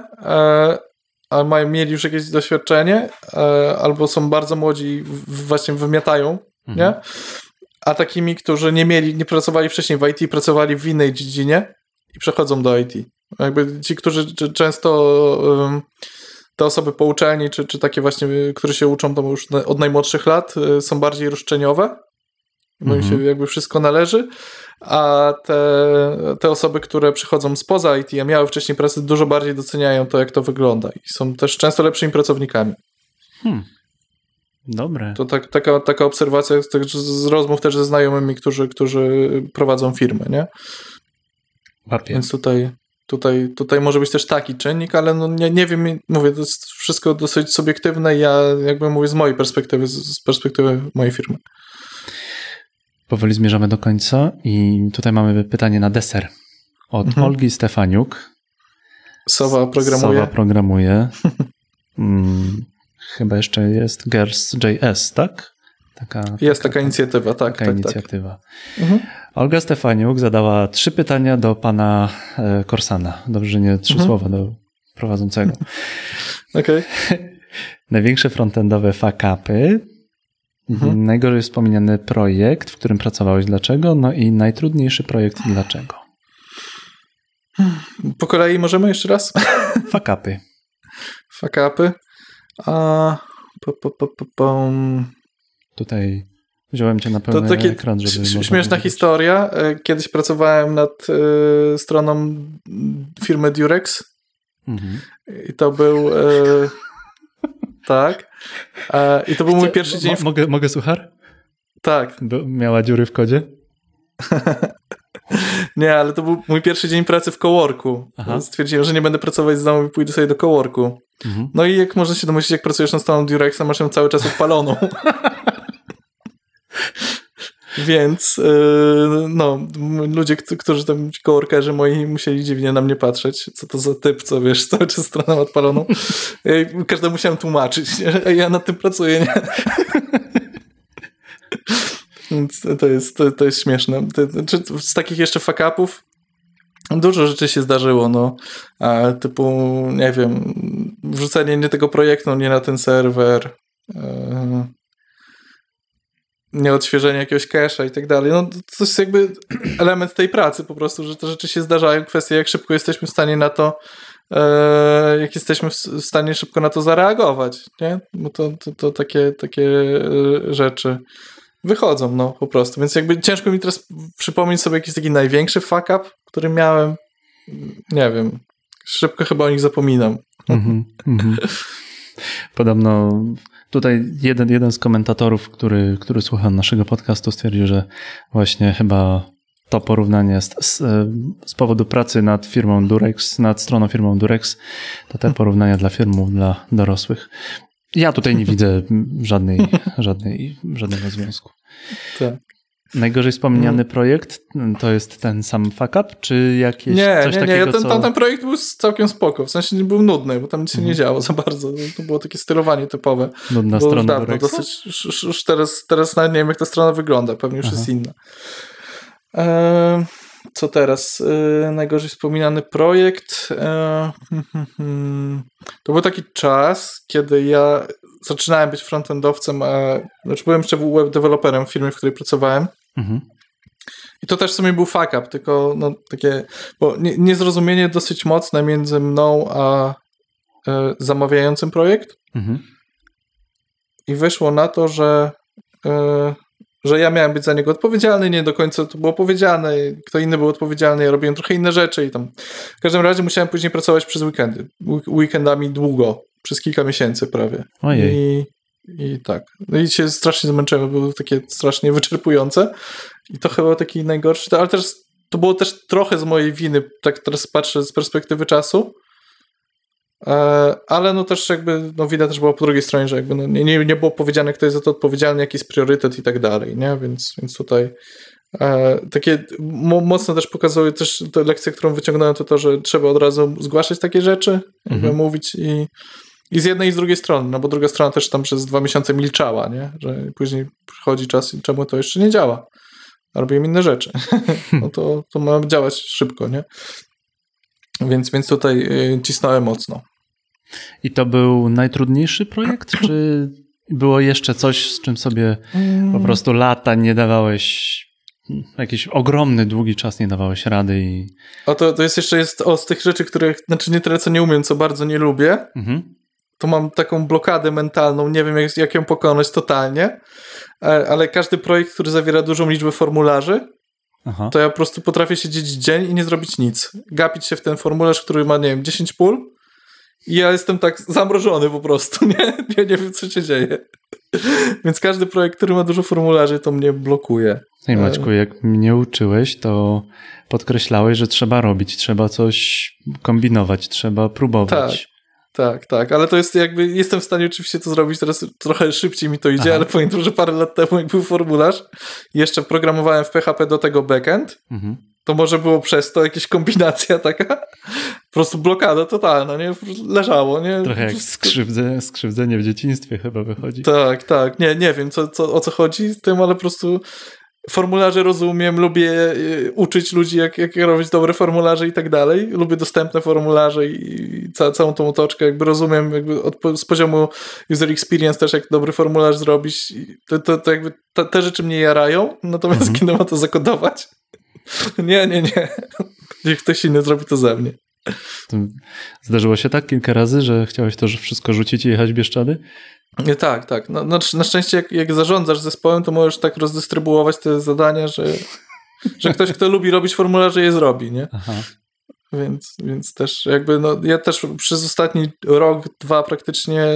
a mają, mieli już jakieś doświadczenie, albo są bardzo młodzi i właśnie wymiatają, mhm. nie? A takimi, którzy nie mieli, nie pracowali wcześniej w I T, pracowali w innej dziedzinie i przechodzą do I T. Jakby ci, którzy często um, te osoby po uczelni, czy, czy takie właśnie, które się uczą to już od najmłodszych lat, są bardziej roszczeniowe, bo im Mhm. się jakby wszystko należy, a te, te osoby, które przychodzą spoza I T, a miały wcześniej pracę, dużo bardziej doceniają to, jak to wygląda i są też często lepszymi pracownikami. Hmm. Dobre. To tak, taka, taka obserwacja z, z rozmów też ze znajomymi, którzy, którzy prowadzą firmy, nie? Łapię. Więc tutaj, tutaj, tutaj może być też taki czynnik, ale no nie, nie wiem, mówię, to jest wszystko dosyć subiektywne. Ja jakby mówię z mojej perspektywy, z, z perspektywy mojej firmy. Powoli zmierzamy do końca i tutaj mamy pytanie na deser od mhm. Olgi Stefaniuk. Sowa programuje. Sowa programuje. hmm, chyba jeszcze jest Girls.js, tak? Taka, jest taka, taka inicjatywa, tak. Taka tak, inicjatywa. Tak. Mhm. Olga Stefaniuk zadała trzy pytania do pana e, Korsana. Dobrze, że nie trzy mhm. słowa do prowadzącego. Okej. Okay. Największe frontendowe fuck-upy. Mhm. Najgorzej wspomniany projekt, w którym pracowałeś, dlaczego? No i najtrudniejszy projekt, dlaczego? Po kolei możemy jeszcze raz? Fuck-upy. Fuck-upy. A... Po, po, po, po, po. Tutaj wziąłem cię na pełny to takie ekran, żeby... ś- śmieszna historia. Kiedyś pracowałem nad y, stroną firmy Durex. Mhm. I to był... Y, tak. E, I to był mój pierwszy dzień... W... Mogę, mogę suchar? Tak. Do, miała dziury w kodzie? Nie, ale to był mój pierwszy dzień pracy w coworku. Aha. Stwierdziłem, że nie będę pracować z domu i pójdę sobie do coworku. Mhm. No i jak można się domyślić, jak pracujesz na stroną Durexa, masz ją cały czas odpaloną. Więc yy, no, ludzie, którzy tam, coworkerzy moi, musieli dziwnie na mnie patrzeć. Co to za typ, co wiesz, cały czas stroną odpaloną. Ja każdemu musiałem tłumaczyć, nie? Ja nad tym pracuję, nie? Więc to jest, to, to jest śmieszne. Z takich jeszcze fuck-upów dużo rzeczy się zdarzyło, no. A, typu, nie wiem, wrzucenie nie tego projektu, nie na ten serwer, yy, nieodświeżenie jakiegoś cache'a i tak dalej. No to jest jakby element tej pracy po prostu, że te rzeczy się zdarzają. Kwestia, jak szybko jesteśmy w stanie na to, e, jak jesteśmy w stanie szybko na to zareagować, nie? Bo to, to, to takie, takie rzeczy wychodzą, no po prostu. Więc jakby ciężko mi teraz przypomnieć sobie jakiś taki największy fuck up, który miałem. Nie wiem. Szybko chyba o nich zapominam. Mm-hmm, mm-hmm. Podobno tutaj jeden, jeden z komentatorów, który, który słucha naszego podcastu, stwierdził, że właśnie chyba to porównanie z, z, z powodu pracy nad firmą Durex, nad stroną firmą Durex, to te porównania dla filmów dla dorosłych. Ja tutaj nie widzę żadnej, żadnej, żadnego związku. Tak. Najgorzej wspomniany hmm. projekt to jest ten sam fuck up, czy jakieś nie, coś nie, nie, takiego, ten, co... ten projekt był całkiem spoko, w sensie nie był nudny, bo tam nic się hmm. nie działo za bardzo. To było takie sterowanie typowe. Nudna było strona dawno, dosyć, już teraz, teraz nawet nie wiem, jak ta strona wygląda, pewnie już Aha. jest inna. Eee, co teraz? Eee, najgorzej wspominany projekt. Eee, to był taki czas, kiedy ja zaczynałem być frontendowcem, a znaczy byłem jeszcze web developerem w firmie, w której pracowałem. Mhm. I to też w sumie był fuck up, tylko no, takie, bo nie, niezrozumienie dosyć mocne między mną a e, zamawiającym projekt. Mhm. I wyszło na to, że e, że ja miałem być za niego odpowiedzialny, nie do końca to było powiedziane, kto inny był odpowiedzialny, ja robiłem trochę inne rzeczy i tam. W każdym razie musiałem później pracować przez weekendy. Weekendami długo, przez kilka miesięcy prawie. Ojej. I, i tak. No i się strasznie zmęczyłem, było takie strasznie wyczerpujące i to chyba taki najgorszy, ale też to było też trochę z mojej winy, tak teraz patrzę z perspektywy czasu, ale no też jakby, no widać też było po drugiej stronie, że jakby no nie, nie było powiedziane, kto jest za to odpowiedzialny, jaki jest priorytet i tak dalej, nie? Więc, więc tutaj e, takie mo, mocno też pokazuje też tę lekcję, którą wyciągnąłem, to to, że trzeba od razu zgłaszać takie rzeczy, jakby mhm. mówić i, i z jednej i z drugiej strony, no bo druga strona też tam przez dwa miesiące milczała, nie? Że później przychodzi czas i czemu to jeszcze nie działa? Robimy inne rzeczy. No to, to ma działać szybko, nie? Więc, więc tutaj y, cisnąłem mocno. I to był najtrudniejszy projekt, czy było jeszcze coś, z czym sobie mm. po prostu lata nie dawałeś, jakiś ogromny, długi czas nie dawałeś rady? I... O, to, to jest jeszcze jest o, z tych rzeczy, których, znaczy nie tyle co nie umiem, co bardzo nie lubię, mhm. to mam taką blokadę mentalną, nie wiem jak, jak ją pokonać totalnie, ale każdy projekt, który zawiera dużą liczbę formularzy, Aha. to ja po prostu potrafię siedzieć dzień i nie zrobić nic. Gapić się w ten formularz, który ma, nie wiem, dziesięć pól i ja jestem tak zamrożony po prostu, nie? Ja nie wiem, co się dzieje. Więc każdy projekt, który ma dużo formularzy, to mnie blokuje. Hej Maćku, jak mnie uczyłeś, to podkreślałeś, że trzeba robić, trzeba coś kombinować, trzeba próbować. Tak. Tak, tak, ale to jest jakby, jestem w stanie oczywiście to zrobić, teraz trochę szybciej mi to idzie, Aha. ale pamiętam, że parę lat temu jak był formularz i jeszcze programowałem w P H P do tego backend, mhm. to może było przez to jakaś kombinacja taka, po prostu blokada totalna, nie? Leżało, nie? Trochę jak skrzywdze, skrzywdzenie w dzieciństwie chyba wychodzi. Tak, tak, nie, nie wiem co, co, o co chodzi z tym, ale po prostu formularze rozumiem, lubię uczyć ludzi, jak, jak robić dobre formularze i tak dalej. Lubię dostępne formularze i ca, całą tą otoczkę jakby rozumiem jakby od, z poziomu user experience też, jak dobry formularz zrobić. To, to, to jakby te, te rzeczy mnie jarają, natomiast mhm. kiedy ma to zakodować, nie, nie, nie. Niech ktoś inny zrobi to ze mnie. Zdarzyło się tak kilka razy, że chciałeś to wszystko rzucić i jechać w Bieszczady? Nie, tak, tak. No, no, na szczęście jak, jak zarządzasz zespołem, to możesz tak rozdystrybuować te zadania, że, że ktoś, kto lubi robić formularze, je zrobi, nie? Aha. Więc, więc też jakby, no ja też przez ostatni rok, dwa praktycznie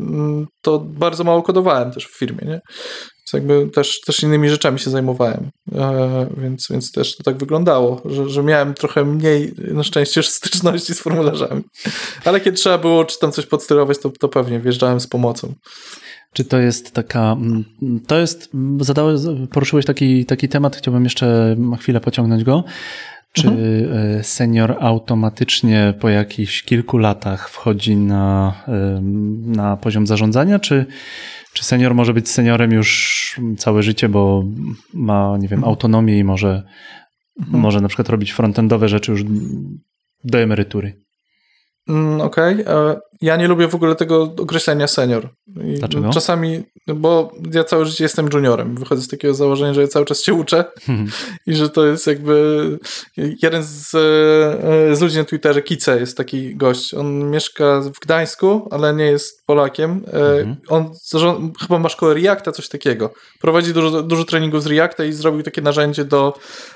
to bardzo mało kodowałem też w firmie, nie? Więc jakby też, też innymi rzeczami się zajmowałem, e, więc, więc też to tak wyglądało, że, że miałem trochę mniej na szczęście styczności z formularzami. Ale kiedy trzeba było czy tam coś podsterować, to, to pewnie wjeżdżałem z pomocą. Czy to jest taka, to jest, zadałeś, poruszyłeś taki, taki temat, chciałbym jeszcze chwilę pociągnąć go. Czy mhm. senior automatycznie po jakichś kilku latach wchodzi na, na poziom zarządzania, czy, czy senior może być seniorem już całe życie, bo ma, nie wiem, mhm. autonomię i może, mhm. może na przykład robić frontendowe rzeczy już do emerytury? Mm, Okej. Okay. Ja nie lubię w ogóle tego określenia senior. I Dlaczego? Czasami, bo ja całe życie jestem juniorem. Wychodzę z takiego założenia, że ja cały czas się uczę hmm. i że to jest jakby jeden z, z ludzi na Twitterze, Kice jest taki gość. On mieszka w Gdańsku, ale nie jest Polakiem. Hmm. On chyba ma szkołę Reacta, coś takiego. Prowadzi dużo, dużo treningów z Reacta i zrobił takie narzędzie do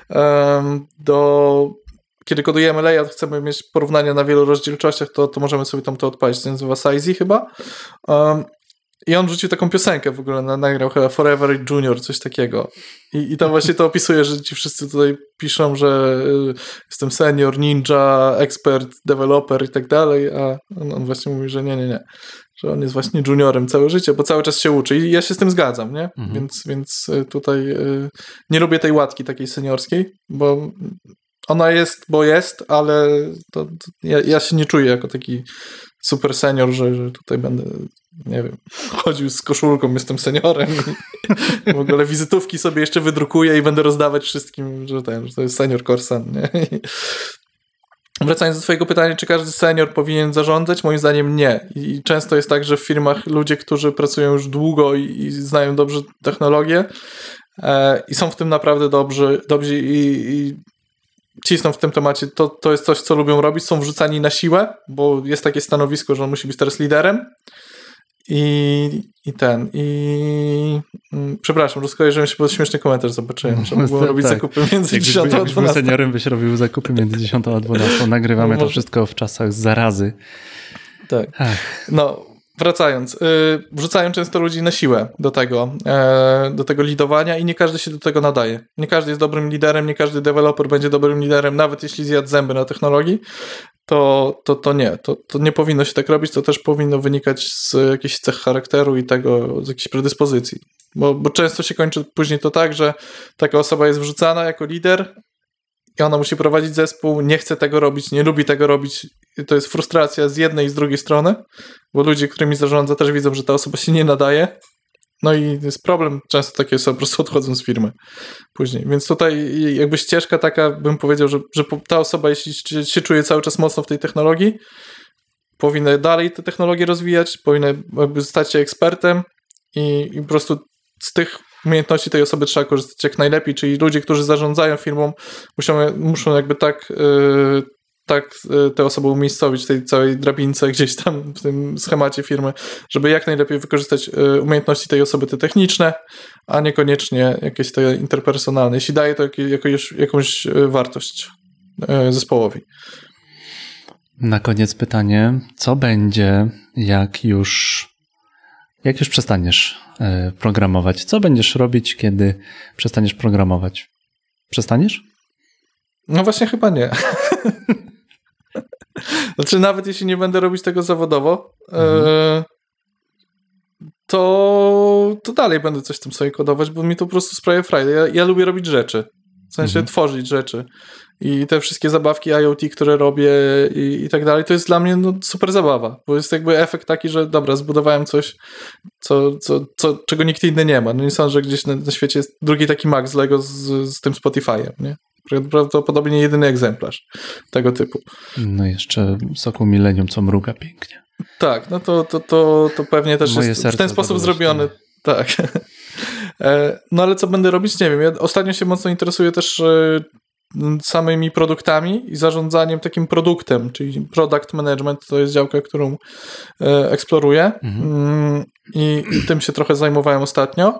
do kiedy kodujemy layout, chcemy mieć porównania na wielu rozdzielczościach, to, to możemy sobie tam to odpalić. To się nazywa Sizey chyba. Um, I on rzucił taką piosenkę w ogóle, na, nagrał chyba Forever Junior, coś takiego. I, i tam właśnie to opisuje, że ci wszyscy tutaj piszą, że y, jestem senior, ninja, ekspert, developer i tak dalej, a on, on właśnie mówi, że nie, nie, nie. Że on jest właśnie juniorem całe życie, bo cały czas się uczy i ja się z tym zgadzam, nie? Mhm. Więc, więc tutaj y, nie lubię tej łatki takiej seniorskiej, bo ona jest, bo jest, ale to, to ja, ja się nie czuję jako taki super senior, że, że tutaj będę, nie wiem, chodził z koszulką, jestem seniorem i w ogóle wizytówki sobie jeszcze wydrukuję i będę rozdawać wszystkim, że, ten, że to jest senior Corsan, nie? I wracając do twojego pytania, czy każdy senior powinien zarządzać? Moim zdaniem nie. I często jest tak, że w firmach ludzie, którzy pracują już długo i, i znają dobrze technologię e, i są w tym naprawdę dobrzy, dobrzy i, i cisną w tym temacie, to, to jest coś, co lubią robić, są wrzucani na siłę, bo jest takie stanowisko, że on musi być teraz liderem i, i ten, i mm, przepraszam, że skojarzyłem się, bo śmieszny komentarz zobaczyłem, że mógłbym robić tak. zakupy między dziesiątą a dwunastą. Jakbyś był seniorem, byś robił zakupy między dziesiątą a dwunastą. Nagrywamy no, to wszystko w czasach zarazy. Tak. Ach. No, wracając, yy, wrzucają często ludzi na siłę do tego, yy, do tego lidowania i nie każdy się do tego nadaje. Nie każdy jest dobrym liderem, nie każdy deweloper będzie dobrym liderem, nawet jeśli zjadł zęby na technologii, to, to, to nie. To, to nie powinno się tak robić, to też powinno wynikać z jakichś cech charakteru i tego, z jakiejś predyspozycji. Bo, bo często się kończy później to tak, że taka osoba jest wrzucana jako lider i ona musi prowadzić zespół, nie chce tego robić, nie lubi tego robić. I to jest frustracja z jednej i z drugiej strony, bo ludzie, którymi zarządza, też widzą, że ta osoba się nie nadaje. No i jest problem, często takie osoby po prostu odchodzą z firmy później. Więc tutaj jakby ścieżka taka, bym powiedział, że, że ta osoba, jeśli się czuje cały czas mocno w tej technologii, powinna dalej te technologie rozwijać, powinna jakby stać się ekspertem i, i po prostu z tych umiejętności tej osoby trzeba korzystać jak najlepiej, czyli ludzie, którzy zarządzają firmą, muszą, muszą jakby tak yy, tak te osoby umiejscowić w tej całej drabince gdzieś tam w tym schemacie firmy, żeby jak najlepiej wykorzystać umiejętności tej osoby te techniczne, a niekoniecznie jakieś te interpersonalne, jeśli daje to jakieś, jakąś wartość zespołowi. Na koniec pytanie, co będzie, jak już, jak już przestaniesz programować? Co będziesz robić, kiedy przestaniesz programować? Przestaniesz? No właśnie chyba nie. Znaczy nawet jeśli nie będę robić tego zawodowo, mhm. to, to dalej będę coś tam sobie kodować, bo mi to po prostu sprawia frajdę. Ja, ja lubię robić rzeczy. W sensie mhm. tworzyć rzeczy. I te wszystkie zabawki IoT, które robię i, i tak dalej, to jest dla mnie no, super zabawa, bo jest jakby efekt taki, że dobra, zbudowałem coś, co, co, co, czego nikt inny nie ma. No nie sądzę, że gdzieś na, na świecie jest drugi taki Mac z Lego z, z tym Spotify'em, nie? Prawdopodobnie jedyny egzemplarz tego typu. No jeszcze Sokół Millennium, co mruga pięknie. Tak, no to, to, to, to pewnie też Moje jest w ten sposób zrobiony. Tak. No ale co będę robić? Nie wiem. Ja ostatnio się mocno interesuję też samymi produktami i zarządzaniem takim produktem, czyli product management, to jest działka, którą eksploruję mhm. I, i tym się trochę zajmowałem ostatnio.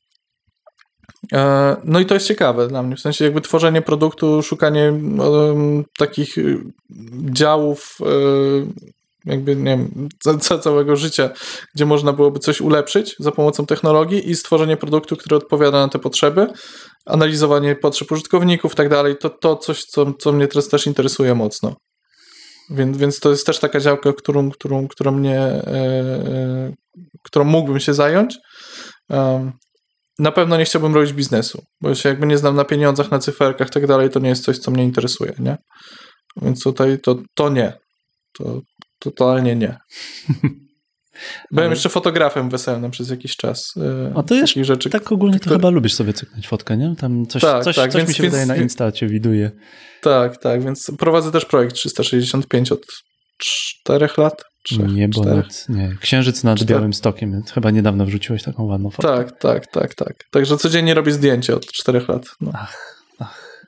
No i to jest ciekawe dla mnie, w sensie jakby tworzenie produktu, szukanie um, takich działów um, jakby, nie wiem, za, za całego życia, gdzie można byłoby coś ulepszyć za pomocą technologii i stworzenie produktu, który odpowiada na te potrzeby, analizowanie potrzeb użytkowników i tak dalej, to, to coś, co, co mnie teraz też interesuje mocno. Więc, więc to jest też taka działka, którą, którą, którą mnie e, e, którą mógłbym się zająć. Um, Na pewno nie chciałbym robić biznesu, bo się jakby nie znam na pieniądzach, na cyferkach i tak dalej, to nie jest coś, co mnie interesuje, nie? Więc tutaj to, to nie. To totalnie nie. Byłem Ale... jeszcze fotografem weselnym przez jakiś czas. A to jest rzeczy, tak ogólnie to które... chyba lubisz sobie cyknąć fotkę, nie? Tam coś, tak, coś, tak, coś więc, mi się więc... wydaje na Insta cię widuje. Tak, tak, więc prowadzę też projekt trzysta sześćdziesiąt pięć od czterech lat. Trzech, nie, bo nawet, nie. Księżyc nad Cztery. Białym Stokiem. Chyba niedawno wrzuciłeś taką ładną fotkę. Tak, tak, tak, tak. Także codziennie robię zdjęcie od czterech lat. No. Ach, ach.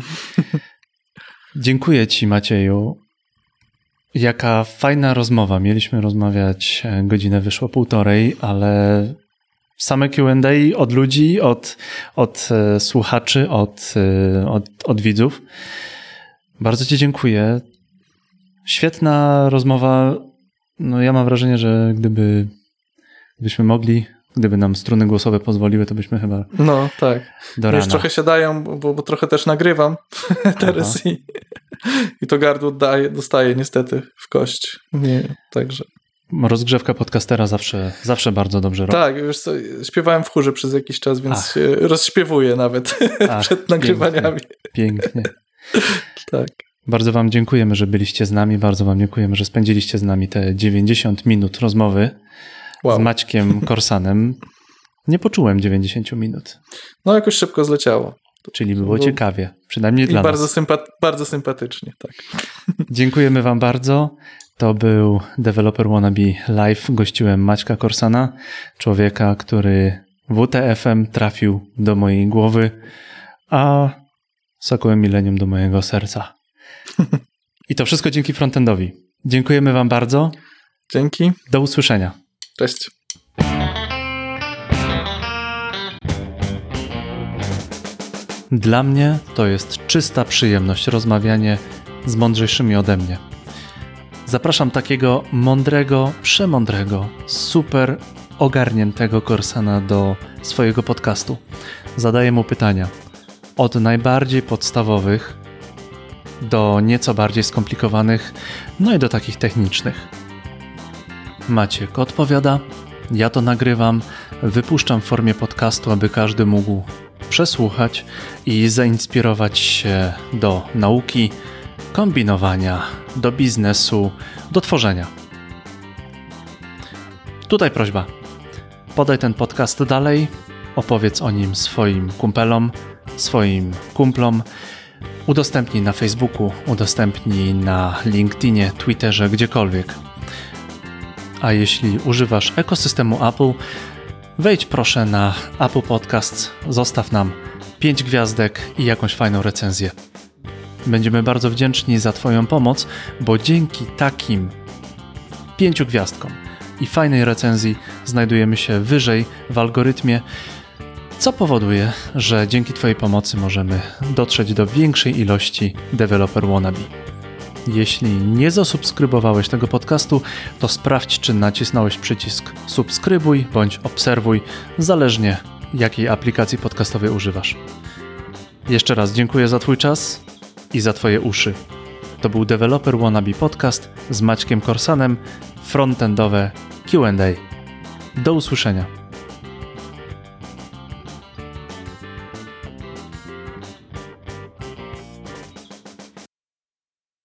Dziękuję ci, Macieju. Jaka fajna rozmowa. Mieliśmy rozmawiać, godzinę wyszło półtorej, ale same Q and A od ludzi, od, od e, słuchaczy, od, e, od, od widzów. Bardzo ci dziękuję. Świetna rozmowa. No ja mam wrażenie, że gdyby gdybyśmy mogli, gdyby nam struny głosowe pozwoliły, to byśmy chyba no tak. do rana. Już trochę się dają, bo, bo trochę też nagrywam teraz i, i to gardło daje, dostaje niestety w kość. Nie, także. Rozgrzewka podcastera zawsze, zawsze bardzo dobrze robi. Tak, wiesz co, śpiewałem w chórze przez jakiś czas, więc Ach. się rozśpiewuję nawet Ach, przed nagrywaniami. Pięknie. pięknie. Tak. Bardzo wam dziękujemy, że byliście z nami. Bardzo wam dziękujemy, że spędziliście z nami te dziewięćdziesiąt minut rozmowy wow. z Maćkiem Korsanem. Nie poczułem dziewięćdziesiąt minut. No jakoś szybko zleciało. Czyli było Był... ciekawie. Przynajmniej I dla bardzo nas. Sympa- bardzo sympatycznie, tak. Dziękujemy wam bardzo. To był Developer Wannabe Live. Gościłem Maćka Korsana, człowieka, który W T F-em trafił do mojej głowy, a Sokołem Millennium do mojego serca. I to wszystko dzięki frontendowi. Dziękujemy wam bardzo. Dzięki. Do usłyszenia. Cześć. Dla mnie to jest czysta przyjemność rozmawianie z mądrzejszymi ode mnie. Zapraszam takiego mądrego, przemądrego, super ogarniętego Korsana do swojego podcastu. Zadaję mu pytania od najbardziej podstawowych do nieco bardziej skomplikowanych, no i do takich technicznych. Maciek odpowiada, ja to nagrywam, wypuszczam w formie podcastu, aby każdy mógł przesłuchać i zainspirować się do nauki, kombinowania, do biznesu, do tworzenia. Tutaj prośba, podaj ten podcast dalej, opowiedz o nim swoim kumpelom, swoim kumplom, udostępnij na Facebooku, udostępnij na LinkedInie, Twitterze, gdziekolwiek. A jeśli używasz ekosystemu Apple, wejdź proszę na Apple Podcasts, zostaw nam pięć gwiazdek i jakąś fajną recenzję. Będziemy bardzo wdzięczni za Twoją pomoc, bo dzięki takim pięciu gwiazdkom i fajnej recenzji znajdujemy się wyżej w algorytmie, co powoduje, że dzięki Twojej pomocy możemy dotrzeć do większej ilości developer wannabe. Jeśli nie zasubskrybowałeś tego podcastu, to sprawdź, czy nacisnąłeś przycisk subskrybuj bądź obserwuj, zależnie jakiej aplikacji podcastowej używasz. Jeszcze raz dziękuję za Twój czas i za Twoje uszy. To był Developer Wannabe Podcast z Maćkiem Korsanem, frontendowe Q and A. Do usłyszenia.